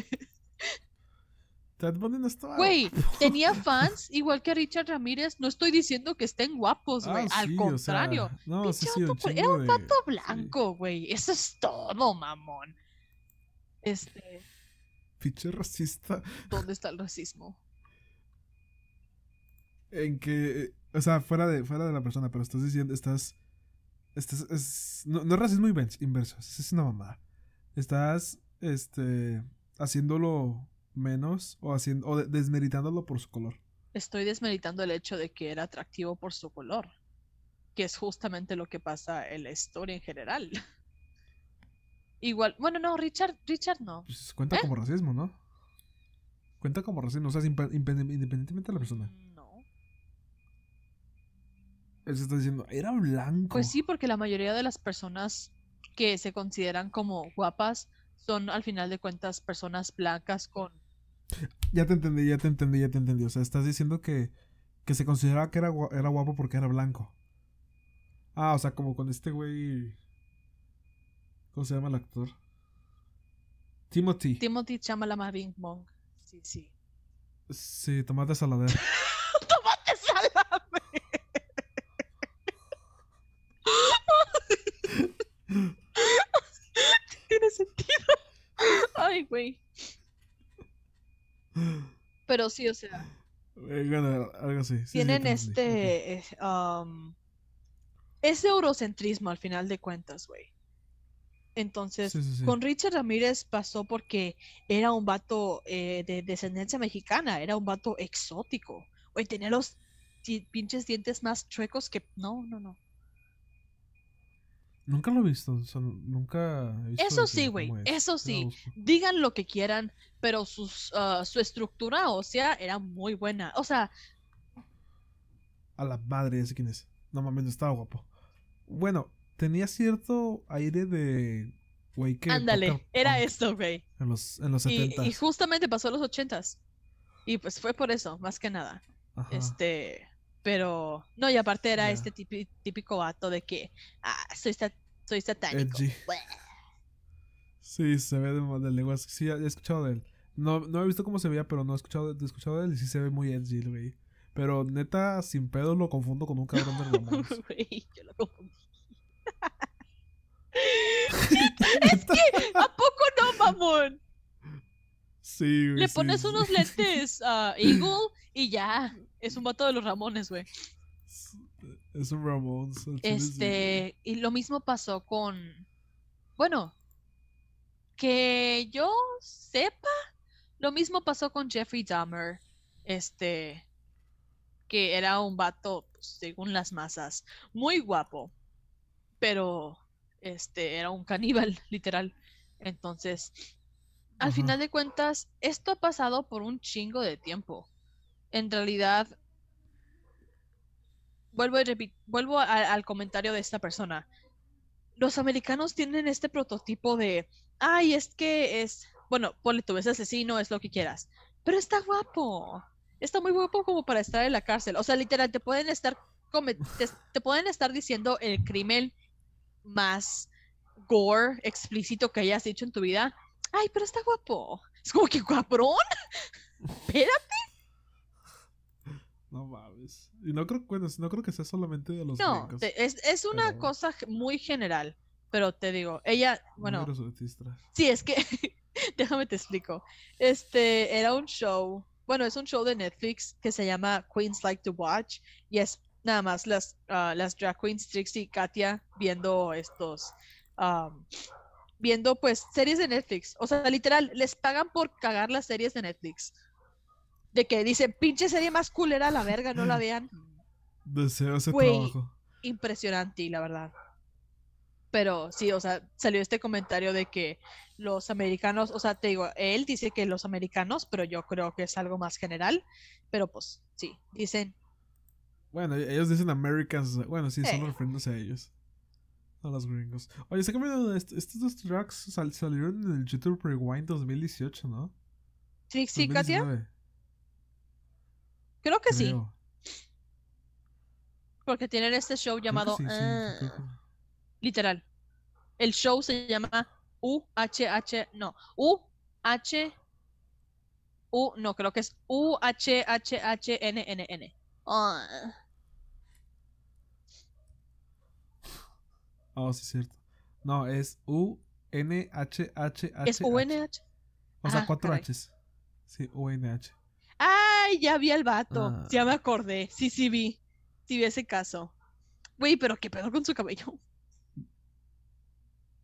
Ted Bundy no estaba Güey, guapo. tenía fans igual que Richard Ramírez. No estoy diciendo que estén guapos, güey. Ah, Al sí, o contrario. sea. No, sí, Pinche sí, vato, un cul- era chingo un de. vato Sí. blanco, güey. Eso es todo, mamón. Este, Pinche racista. ¿dónde está el racismo? En que. O sea, fuera de, fuera de la persona, pero estás diciendo, estás Este es, es- no, no es racismo inverso, inverso, es es una mamada. Estás, este, haciéndolo menos o haciendo o de- desmeritándolo por su color. Estoy desmeritando el hecho de que era atractivo por su color, que es justamente lo que pasa en la historia en general. Igual, bueno, no, Richard, Richard no. Pues cuenta ¿Eh? como racismo, ¿no? Cuenta como racismo, o sea, impa- impe- independientemente de la persona. Mm, No. Él se está diciendo, era Pues blanco. sí, porque la mayoría de las personas que se consideran como guapas son al final de cuentas personas blancas con... Ya te entendí, ya te entendí, ya te entendí. O sea, estás diciendo que, que se consideraba que era, gua- era guapo porque era blanco. Ah, o sea, como con este güey. ¿Cómo se llama el actor? Timothy. Timothy Chalamet. Sí, sí. Sí, Tomate Salader. ¡Tomate salame! Tiene sentido. Ay, güey. Pero sí, o sea, Eh, bueno, algo así. Sí, sí, ya tienen te entendí. Ok. este... eh, um, es eurocentrismo al final de cuentas, güey. Entonces, Sí, sí, sí. con Richard Ramírez pasó porque era un vato eh, de descendencia mexicana, era un vato exótico. Güey, tenía los ti- pinches dientes más chuecos que... No, no, no. Nunca lo he visto. O sea, nunca he visto Eso de sí, que güey, cómo es. eso Ya lo sí. busco. Digan lo que quieran, pero sus, ah, su estructura ósea era muy buena. O sea, A la madre, ese quién es. No mames, no estaba guapo. Bueno, tenía cierto aire de güey que toca ándale, era punk esto, güey. en los, en los Y, y setentas. justamente pasó en los ochentas. Y pues fue por eso, más que nada. Ajá, Este, pero, no, y aparte era ya. este típi- típico vato de que, ah, soy, sat- soy satánico. Edgy. Bleh. Sí, se ve de, de lenguas. Sí, ya he escuchado de él. No, no he visto cómo se veía, pero no he escuchado, he escuchado de él y sí se ve muy edgy, el güey. Pero neta, sin pedo lo confundo con un cabrón de Ramones. Güey, yo lo confundí. Es Neta. que, ¿a poco no, mamón? Sí, güey, Le sí, pones sí. unos lentes a Eagle y ya, es un vato de los Ramones, güey. Es un Ramones, al chile sí, güey. Este, y lo mismo pasó con, bueno, que yo sepa, lo mismo pasó con Jeffrey Dahmer, este, que era un vato, pues, según las masas, muy guapo, pero este era un caníbal, literal. Entonces, al Ajá. final de cuentas, esto ha pasado por un chingo de tiempo. En realidad, vuelvo, y repi- vuelvo a- al comentario de esta persona. Los americanos tienen este prototipo de, ay, es que es, bueno, ponle tú, es asesino, es lo que quieras, pero está guapo, está muy guapo como para estar en la cárcel. O sea, literal, te pueden estar, come- te, te pueden estar diciendo el crimen más gore, explícito que hayas hecho en tu vida. Ay, pero está guapo. Es como que cabrón, espérate. No mames. Y no creo, bueno, no creo que sea solamente de los No, gringos. te- es, es una Pero cosa muy general, pero te digo, ella, muy bueno, resultista. sí, es que, déjame te explico. Este era un show, bueno, es un show de Netflix que se llama Queens Like to Watch y es nada más las, ah, las drag queens Trixie y Katia viendo estos, am, viendo pues series de Netflix. O sea, literal, les pagan por cagar las series de Netflix. De que dicen, pinche serie más culera a la verga, no la vean. Deseo ese Güey, trabajo. impresionante, la verdad. Pero sí, o sea, salió este comentario de que los americanos, o sea, te digo, él dice que los americanos, pero yo creo que es algo más general, pero pues sí, dicen, Bueno, ellos dicen Americans. Bueno, sí, son eh, refiriéndose a ellos. A los gringos. Oye, sé que est estos dos tracks sal salieron en el YouTube Rewind dos mil dieciocho, ¿no? Trixie, Katia, dos mil diecinueve, creo que sí, creo. porque tienen este show Creo que llamado, sí, sí. Creo uh, que... literal, el show se llama U H H, no, U H U, no, creo que es U H H H N N N. Ah, Oh, sí, es cierto. No, es U N H H ¿es H H. U N H? O sea, Ah, cuatro caray. H's. Sí, U N H. Ay, ya vi al vato. Ah, Ya me acordé. Sí, sí vi. Sí vi ese caso. Güey, pero qué pedo con su cabello.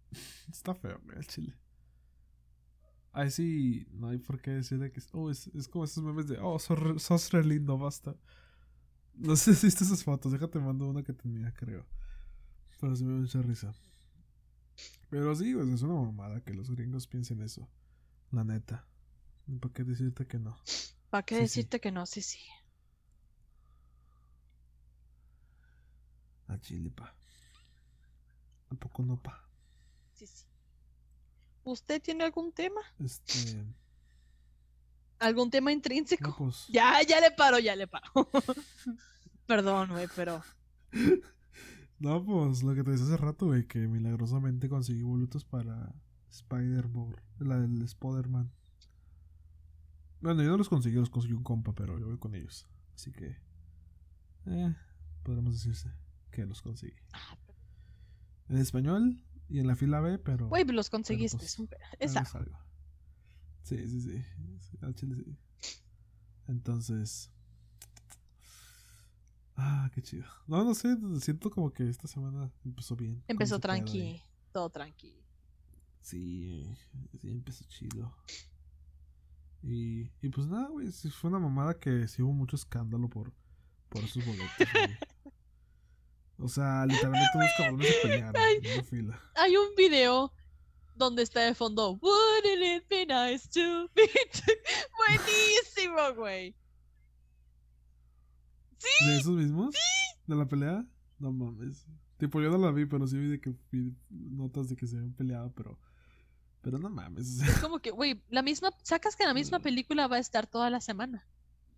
Está feo, güey, el chile. Ahí sí, no hay por qué decirle que... Oh, es, es como esos memes de... Oh, sos, re- sos re lindo, basta. No sé si viste esas fotos. Déjate mando una que tenía, creo. Pero sí me da mucha risa. Pero sí, pues es una mamada que los gringos piensen eso. La neta. ¿Para qué decirte que no? ¿Para qué Sí, sí. decirte que no? Sí, sí. A Chile, pa. ¿A poco no, pa? Sí, sí. ¿Usted tiene algún tema? Este... ¿Algún tema No, intrínseco? pues... Ya, ya le paro, ya le paro. Perdón, güey, pero... No, pues lo que te decía hace rato, güey, que milagrosamente conseguí boletos para Spider-Man, la del Spider-Man. Bueno, yo no los conseguí, los consiguió un compa, pero yo voy con ellos. Así que, eh, podremos decirse que los conseguí. En español y en la fila B, pero... Güey, los pero conseguiste. pues, Es, un... es algo algo. es algo. Sí, sí, sí, sí, al chile sí. Entonces... Ah, qué chido. No, no sé, siento como que esta semana empezó bien. con Empezó ese pedo y- tranqui, todo tranqui. Sí, sí, empezó chido. Y, y pues nada, güey, sí fue una mamada que sí hubo mucho escándalo por, por esos boletos, güey. O sea, literalmente unos cabrones se pelearon Ay, en una fila. hay un video donde está de fondo Wouldn't it be nice to be buenísimo, güey. Sí, ¿De esos mismos? ¿De la pelea? No mames. Tipo, yo no la vi, pero sí vi de que vi notas de que se habían peleado, pero... Pero no mames. es como que, güey, la misma, sacas que la misma película va a estar toda la semana.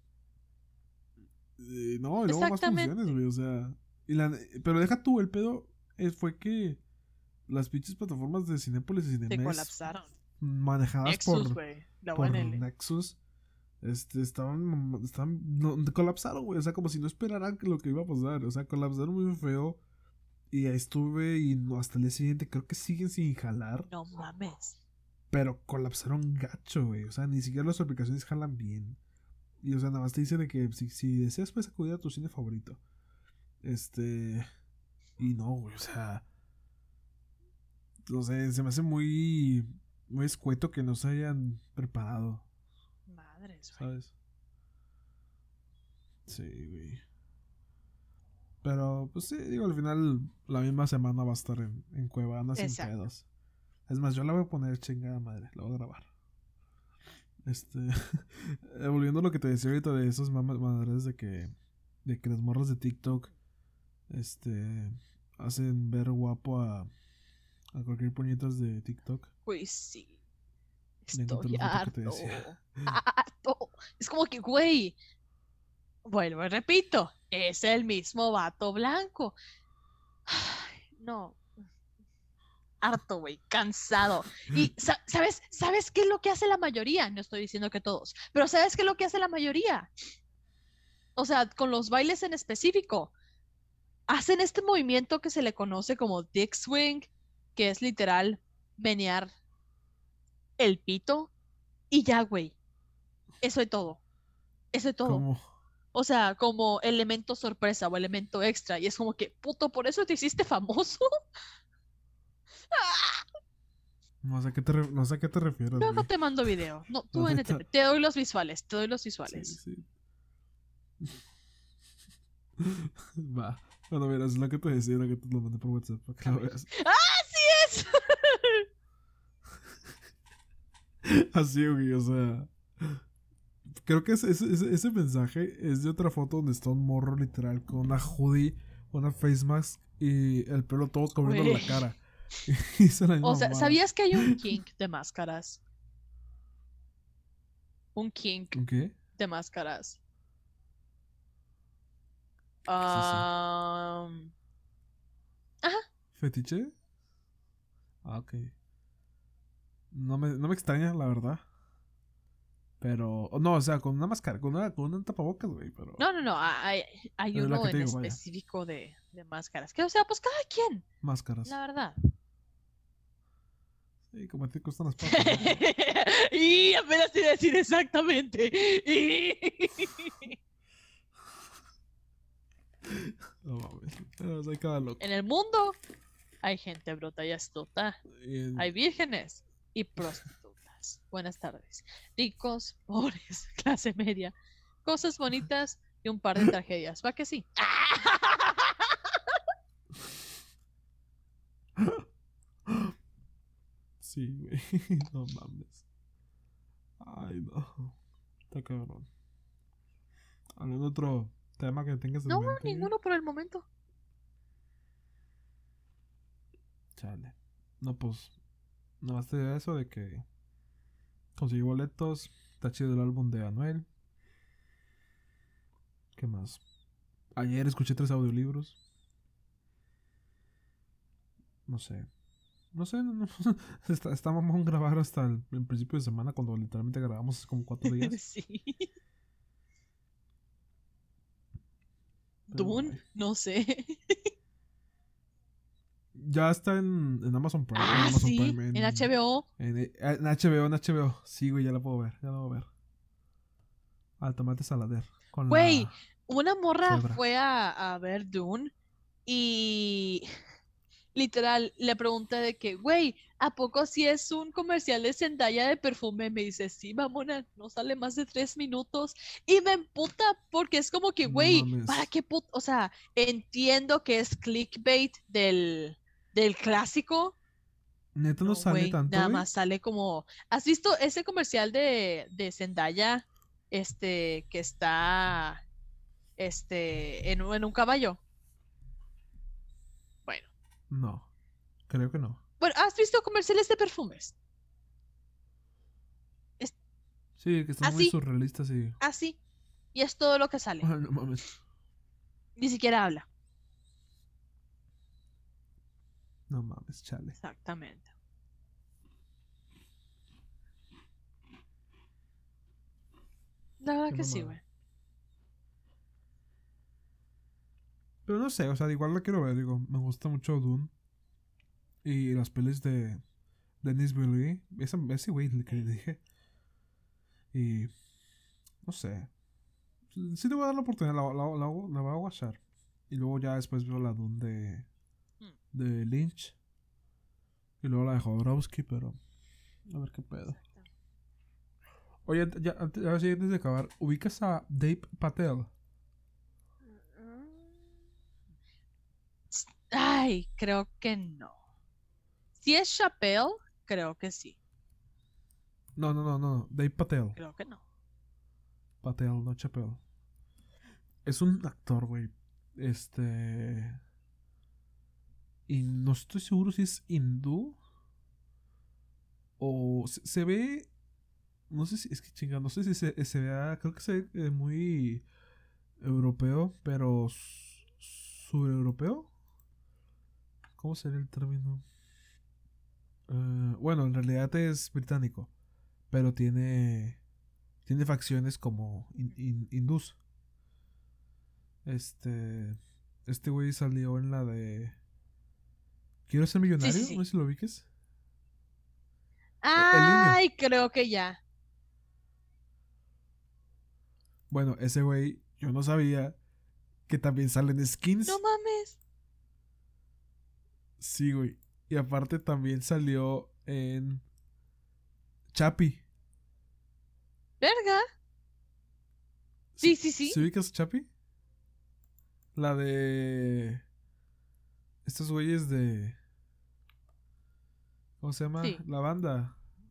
Eh, no, y luego más funciones, Exactamente. güey, o sea... Y la, pero deja tú, el pedo eh, fue que las pinches plataformas de Cinépolis y Se Cinemex colapsaron. manejadas Nexus, por, güey. La por buena L. Nexus, este, estaban, estaban no, colapsaron, güey, o sea, como si no esperaran que lo que iba a pasar, o sea, colapsaron muy feo y ahí estuve y no, hasta el día siguiente creo que siguen sin jalar, No mames. pero colapsaron gacho, güey, o sea, ni siquiera las aplicaciones jalan bien. Y o sea, nada más te dice de que si, si deseas puedes acudir a tu cine favorito. Este, y no, güey, o sea, no sé, se me hace muy muy escueto que no se hayan preparado, Madres, güey. ¿sabes? Sí, güey. Pero, pues sí, digo, al final la misma semana va a estar en, en Cuevana sin Exacto. pedos. Es más, yo la voy a poner chingada madre, la voy a grabar. Este, eh, volviendo a lo que te decía ahorita de esas mamas madres de que, de que las morras de TikTok, este, hacen ver guapo a, a cualquier puñetas de TikTok. Güey, sí. Ya encontré Estoy la foto que te harto. decía. Harto. Es como que, güey. Vuelvo y repito. Es el mismo vato blanco. Ay, no. Harto, güey. Cansado. Y, sa- ¿sabes? ¿Sabes qué es lo que hace la mayoría? No estoy diciendo que todos. Pero ¿sabes qué es lo que hace la mayoría? O sea, con los bailes en específico. Hacen este movimiento que se le conoce como dick swing, que es literal menear el pito. Y ya, güey. Eso es todo. Eso es todo. ¿Cómo? O sea, como elemento sorpresa o elemento extra. Y es como que, puto, ¿por eso te hiciste famoso? No sé a qué te, re- no sé a qué te refieres, Luego güey. te mando video. No, La tú N T P. neta. Te doy los visuales, te doy los Sí, visuales. sí. Va. Bueno, mira, es lo que te decía, lo que te lo mandé por WhatsApp para que A lo ver. veas. ¡Ah, sí es! Así, güey, o sea. Creo que ese, ese, ese- ese mensaje es de otra foto donde está un morro literal con una hoodie, una face mask y el pelo todo cubriendo Güey. la cara. Y hizo la misma O sea, mamada. ¿sabías que hay un kink de máscaras? Un kink ¿Qué? de máscaras. ¿Qué es eso? Am, Ajá. ¿Fetiche? Ah, ok. No me, no me extraña, la verdad. Pero. No, o sea, con una máscara, con una, con un tapabocas, güey. Pero. No, no, no. Hay, hay Es la uno que te en digo, vaya. específico de, de máscaras. Que, o sea, pues cada quien. Máscaras. La verdad. Sí, como a ti te gustan las patas, ¿no? Y apenas te iba a decir exactamente. No mames. Pero, o sea, hay cada loco. En el mundo Hay gente bruta y astuta. Y- Hay vírgenes y prostitutas. Buenas tardes. Ricos, pobres, clase media. Cosas bonitas y un par de tragedias. ¿Va que sí? Sí, güey. No mames. Ay, no. Está cabrón. ¿Algún otro tema que tengas en No, mente? ninguno por el momento. Chale. No, pues. Nomás te digo eso de que conseguí boletos. Está chido el álbum de Anuel. ¿Qué más? Ayer escuché tres audiolibros. No sé. No sé, no, no. Está, está mamón grabar hasta el, el principio de semana cuando literalmente grabamos hace como cuatro días. Sí. Pero, Dune, ay. no sé. Ya está en, en Amazon Prime. En Ah, Amazon sí, Prime. en En, H B O. en, en H B O, en H B O. Sí, güey, ya la puedo ver. Ya la puedo ver. Al tomate salader. Con Güey, la una morra suegra. fue a, a ver Dune y literal le pregunté de que, güey, ¿a poco si es un comercial de Zendaya de perfume? Me dice, sí, mamona, no sale más de tres minutos. Y me emputa porque es como que, No güey, ¿para mames. qué put? O sea, entiendo que es clickbait del, del clásico. Neta no No, sale güey, tanto, nada güey. más sale como. ¿Has visto ese comercial de, de Zendaya? Este, que está este, en, un- en un caballo. Bueno. No. Creo que no. Bueno, ¿has visto comerciales de perfumes? Es Sí, que están muy así, surrealistas y. así. Y es todo lo que sale. Ay, no mames. Ni siquiera habla. No mames, chale. Exactamente. La verdad Qué que sí, mamada. güey. Pero no sé, o sea, igual la quiero ver, digo. Me gusta mucho Dune. Y las pelis de Denis Villeneuve. Esa, ese güey que le dije. Y. No sé. Sí te voy a dar la oportunidad, la, la, la, la voy a watchar. Y luego ya después veo la Dune de, Mm. de Lynch. Y luego la de Jodorowsky, pero a ver qué pedo. Exacto. Oye, ya, antes, ya así antes de acabar, ¿ubicas a Dave Patel? Ay, creo que no. Si es Chappelle, creo que sí. No, no, no, no, Dave Patel. Creo que no. Patel, no Chappelle. Es un actor, güey. Este. Y no estoy seguro si es hindú. O se, se ve. No sé si. Es que chinga, no sé si se, se vea. Creo que se ve eh, muy europeo, pero. ¿Sureuropeo? ¿Cómo sería el término? Eh, bueno, en realidad es británico, pero tiene tiene facciones como hin- hin- hindús. Este este güey salió en la de Quiero ser Sí, sí, millonario, no sí. sé si lo ubiques. E- El niño. Ay, creo que ya. Bueno, ese güey yo no sabía que también salen No skins. mames. Sí, güey. Y aparte también salió en Chapi. Verga. ¿Sí, Sí, sí, sí. ¿sí ubicas Chapi? La de estos güeyes de ¿cómo se llama? Sí. La banda.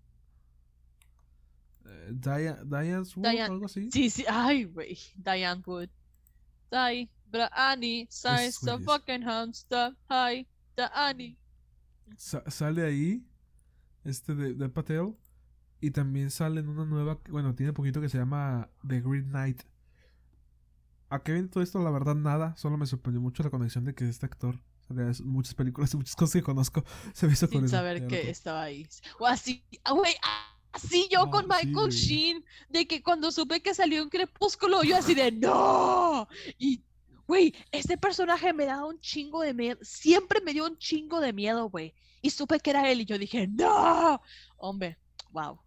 Eh, Dia- Diane's Wood, Diane. algo así. Sí, sí. Ay, güey. Diane Wood. Die, bra Annie, Esos size a güeyes. fucking hamster. Hi, the Annie. Sa- sale ahí, este de, de Patel. Y también sale en una nueva, bueno, tiene poquito que se llama The Green Knight. ¿A qué viene todo esto? La verdad, nada. Solo me sorprendió mucho la conexión de que este actor sale de muchas películas y muchas cosas que conozco. Se me hizo Sin curioso. saber Ya era que todo. estaba ahí. O así, ah, güey, así yo Ah, con sí, Michael güey. Sheen, de que cuando supe que salió en Crepúsculo, yo así de no. Y, güey, este personaje me daba un chingo de miedo. Siempre me dio un chingo de miedo, güey. Y supe que era él y yo dije, no. Hombre, wow.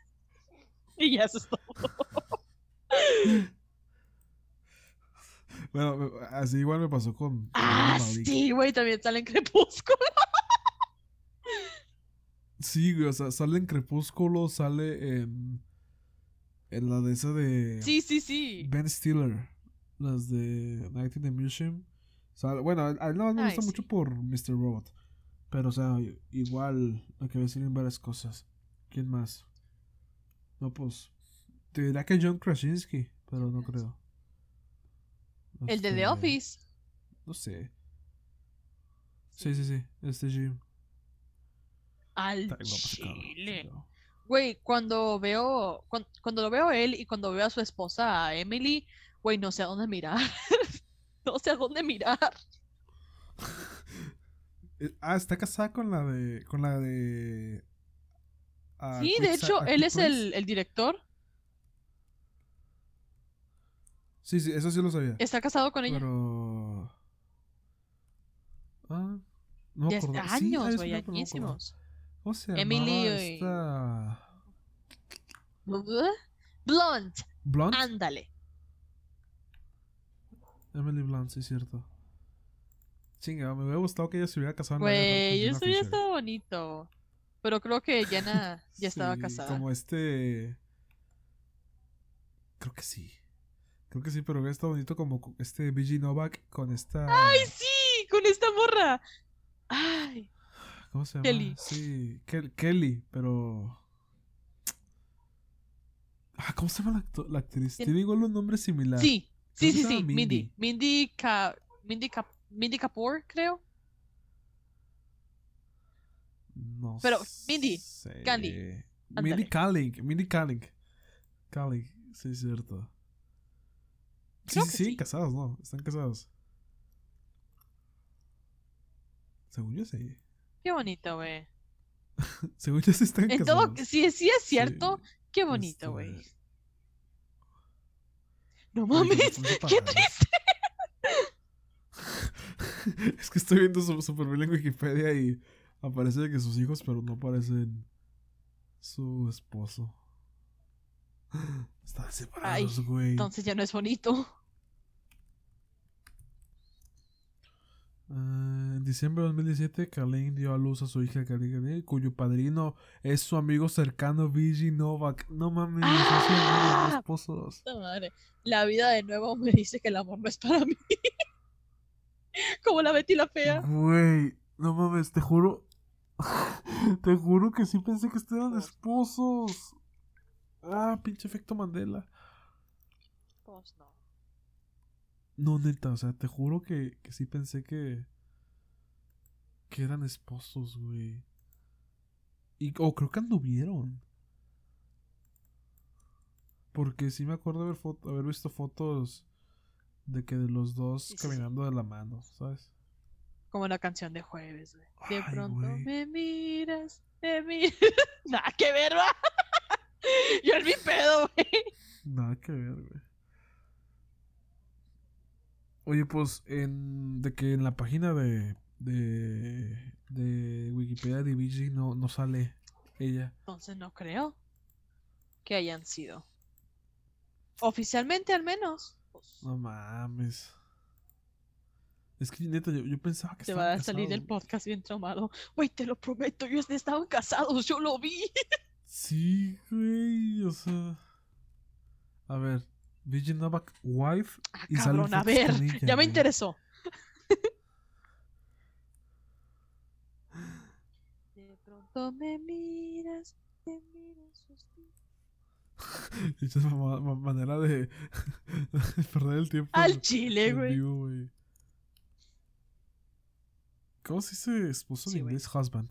Y ya eso es todo. Bueno, así igual me pasó con, con Ah, Malik. sí, güey, también sale en Crepúsculo. Sí, güey, o sea, sale en Crepúsculo, sale en, en la de esa de Sí, sí, sí. Ben Stiller, las de Night in the Museum. Sale- bueno, a a él no me Ay, gusta mucho sí. por míster Robot, pero o sea, igual lo que decir en varias cosas. ¿Quién más? No, pues, te diría que John Krasinski, pero no creo. El de The Este, Office. no sé. Sí, sí, Sí. sí, este Jim. Al Está bien guapo ese cabrón, chile. chingado. Güey, cuando veo, cuan- cuando, lo veo a él y cuando veo a su esposa, a Emily, güey, no sé a dónde mirar. No sé a dónde mirar. Eh, ah, está casada con la de. Con la de. A Sí, Quick, de Sa- hecho, a él Quick es Place. el, el director. Sí, sí, eso sí lo sabía. Está casado con ella. Pero. Ah, no me Ya es- acordaba. Sí, años, había güey, salido, pero no me acordaba. añísimos. ¿Cómo se Emily llamaba y... esta. Blunt, Blunt? ándale. Emily Blunt, sí, es cierto. Chinga, me hubiera gustado que ella se hubiera casado en la vida real con Güey, Jenna eso ya Fisher. está bonito. Pero creo que Jenna ya estaba Sí, casada. como este. Creo que sí. Creo que sí, pero hubiera estado bonito como co- este B G Novak con ¡Ay, esta. sí! Con esta morra. ¡Ay! ¿Cómo se llama? Kelly. Sí, Kel- Kelly, pero. Ah, ¿cómo se llama la, acto- la actriz? Tien- Tiene igual un nombre similar. Sí, Creo sí, que sí, se llama sí. Mindy. Mindy. Mindy Ka... Mindy Ka... Mindy Kapoor, creo. No Pero, Mindy. Candy. sé. Mindy Ándale. Kaling. Mindy Kaling. Kaling, sí, es cierto. Sí, Creo sí, que sí, sí. casados, ¿no? Están casados. Según yo sí. Qué bonito, güey. Según yo sí están En todo, casados. si sí es Sí. cierto, qué bonito, güey. Este. No Oye, que se mames, están qué separados. triste. Es que estoy viendo su, su perfil en Wikipedia y aparece que sus hijos, pero no aparecen su esposo. Están Ay, separados, güey. entonces ya no es bonito. Ah, en diciembre de dos mil diecisiete, Kalin dio a luz a su hija Kalin, cuyo padrino es su amigo cercano Vigi Novak. No mames, son sus amigos, no ¡Ah! esposos. Puta madre. La vida de nuevo me dice que el amor no es para mí. Como la Betty la fea. Güey, no mames, te juro. Te juro que sí pensé que eran Pues, esposos. Ah, pinche efecto Mandela. pues no. No, neta, o sea, te juro que, que sí pensé que, que eran esposos, güey. Y, o creo que anduvieron. Porque sí me acuerdo haber, foto, haber visto fotos de que de los dos Sí, sí, sí. caminando de la mano, ¿sabes? Como la canción de jueves, güey. De Ay, pronto güey. me miras, me miras. Nada que ver, va. Yo en mi pedo, güey. Nada que ver, güey. Oye, pues, en, de que en la página de, de, de Wikipedia de B G no, no sale ella. Entonces no creo que hayan sido. Oficialmente al menos. Pues No mames. Es que neta, yo, yo pensaba que se estaban va a salir casados, del güey. podcast bien traumado. Güey, te lo prometo, ellos estaban casados, yo lo vi. Sí, güey, o sea. A ver, B G Novak, wife, Ah, y salen cabrón, a fotos ver, con ella, ya me güey. interesó. De pronto me miras, te miras suspiro. Esa es ma- ma- manera de, de perder el tiempo Al en, chile, en güey. vivo, güey. ¿Cómo se dice esposo en Sí, güey. inglés? Husband.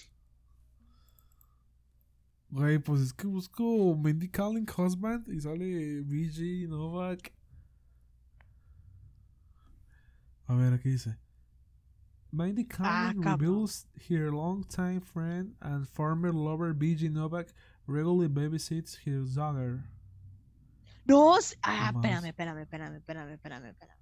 Güey, pues es que busco Mindy Kaling Husband y sale B G Novak. A ver, aquí dice. Mindy Ah, Kaling cabrón. reveals her longtime friend and former lover B G Novak regularly babysits his daughter. No, s- ah, espérame, Mamadas. espérame, espérame, espérame, espérame, espérame.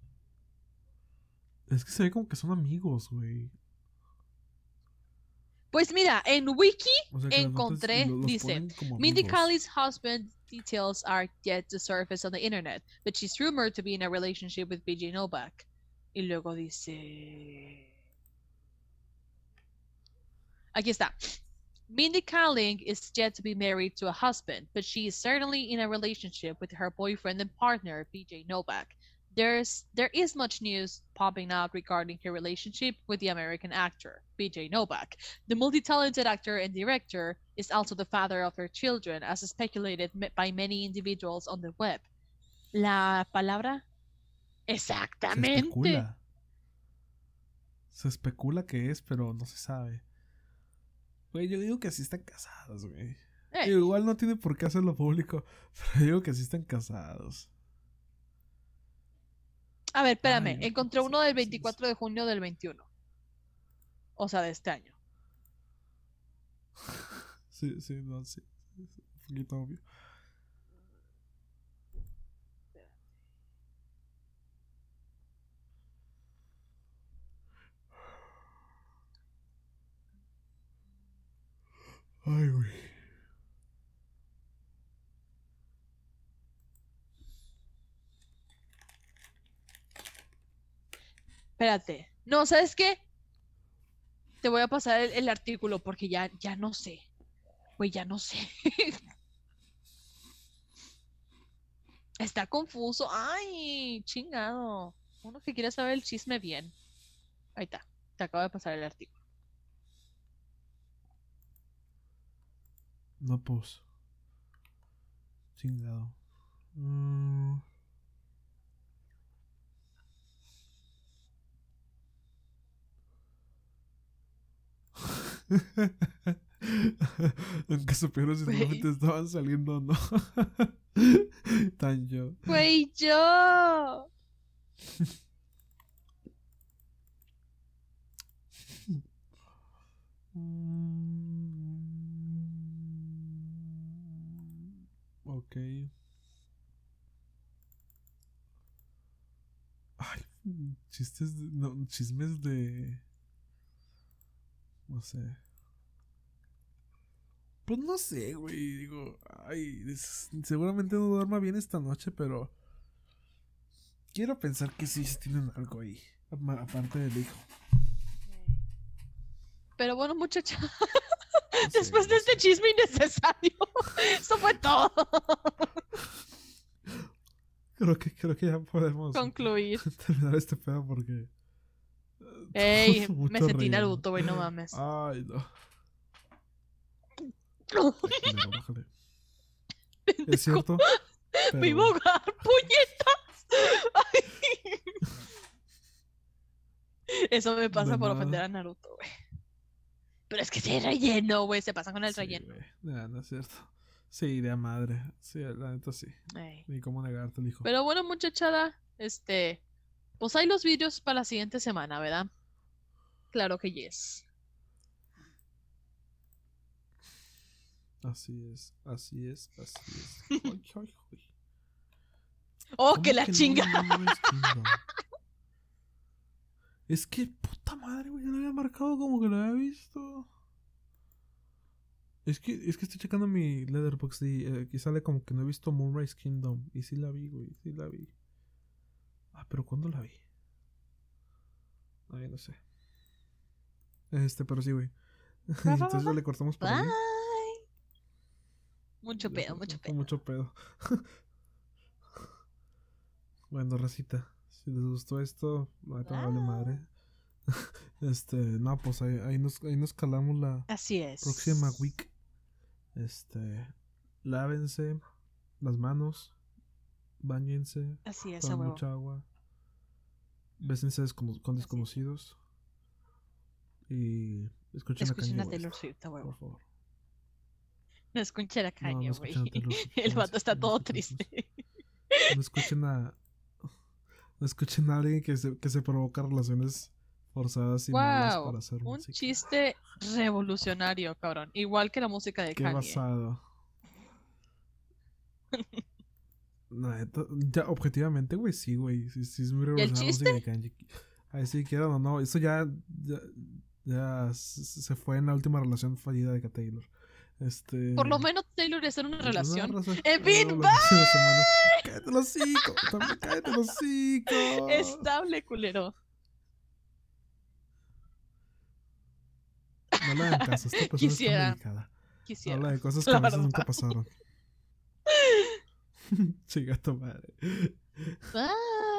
Es que se ve como que son amigos, güey. Pues mira, en Wiki O sea, que las notas encontré, lo- los dice, ponen como Mindy amigos. Kaling's husband details are yet to surface on the internet, but she's rumored to be in a relationship with B J Novak. Y luego dice... Aquí está. Mindy Kaling is yet to be married to a husband, but she is certainly in a relationship with her boyfriend and partner, B J Novak. There's there is much news popping out regarding her relationship with the American actor, B J Novak. The multi-talented actor and director is also the father of their children, as speculated by many individuals on the web. La palabra Se exactamente. especula. Se especula que es, pero no se sabe. Güey, yo digo que sí están casados, güey. Eh, Igual no tiene por qué hacerlo público, pero digo que sí están casados. A ver, espérame. Ay, no, Encontré sí, uno del sí, veinticuatro de junio del veintiuno. O sea, de este año. Sí, sí, no, sí. Es un poquito obvio. Ay, güey. Espérate. No, ¿sabes qué? Te voy a pasar el, el artículo porque ya, ya no sé. Güey, ya no sé. Está confuso. Ay, chingado. Uno que quiere saber el chisme bien. Ahí está. Te acabo de pasar el artículo. No, pues. Chingado. Mm. Aunque supieron si Güey. solamente estaban saliendo o no. Tan yo. Güey, yo. Mm, ok. Ay, chistes de, no, chismes de... No sé. Pues no sé, güey. Digo, ay, es- seguramente no duerma bien esta noche, pero... Quiero pensar que sí tienen algo ahí. ama- Aparte del hijo. Pero bueno, muchacha. No sé, Después de no este sé. chisme innecesario. Eso fue todo. Creo que, creo que ya podemos Concluir. terminar este pedo porque... Ey, me mucho sentí relleno. Naruto, güey, no mames. Ay, no. Ay, culero, bájale. Es cierto, Me iba a pero... ahogar, puñetas. Ay. Eso me pasa De por nada. ofender a Naruto, güey. Pero es que sí hay relleno, güey. Se pasan con el Sí, relleno. güey. Nah, no es cierto. Sí, de a madre. Sí, la neta sí. Ey. Ni cómo negarte, el hijo. Pero bueno, muchachada, este, pues hay los vídeos para la siguiente semana, ¿verdad? Claro que yes. Así es, así es, así es. Ay, ay, ay. Oh, ¿Cómo que la que no, chinga. Moonrise Kingdom? Es que, puta madre, güey, yo lo había marcado como que lo había visto. Es que, es que estoy checando mi Letterboxd y eh, aquí sale como que no he visto Moonrise Kingdom. Y sí la vi, güey, sí la vi. Ah, pero ¿cuándo la vi? Ay, no sé. Este, pero sí, güey. Entonces ya le cortamos por ahí. Bye. Mucho Ya pedo, fue- mucho fue pedo. mucho pedo. Bueno, racita, si les gustó esto, no te vale madre. Este, no, pues ahí, ahí nos, ahí nos calamos la Así es. próxima week. Este, lávense las manos, bañense, Así es, a tomen huevo. mucha agua, bésense descono- con desconocidos y escuchen, Escuchen a a Kanye Taylor West, Swift, a huevo. por favor. No escuchen a No, Kanye, no güey. escuchen a Taylor Swift. El No, vato está no todo escuchen a Taylor triste. Swift. No escuchen a no escuchen a alguien que se, que se provoca relaciones forzadas y malas Wow, para hacer un música. chiste revolucionario, cabrón. Igual que la música de Qué Kanye. basado. No, neta, ya, objetivamente, güey, sí, güey. Sí, sí es muy ¿Y el revolucionaria la música chiste? de Kanye. Ahí sí quieran o no. Eso ya, ya, Ya se, se fue en la última relación fallida de Taylor. Este. Por lo menos Taylor está en una relación. ¡Evin, bye! ¡Cállate el hocico! ¡También cállate el hocico! Estable, culero. No le hagan caso, esta persona Quisiera. está medicada. Quisiera. Habla de cosas que a veces nunca pasaron. Chica tu madre. Bye.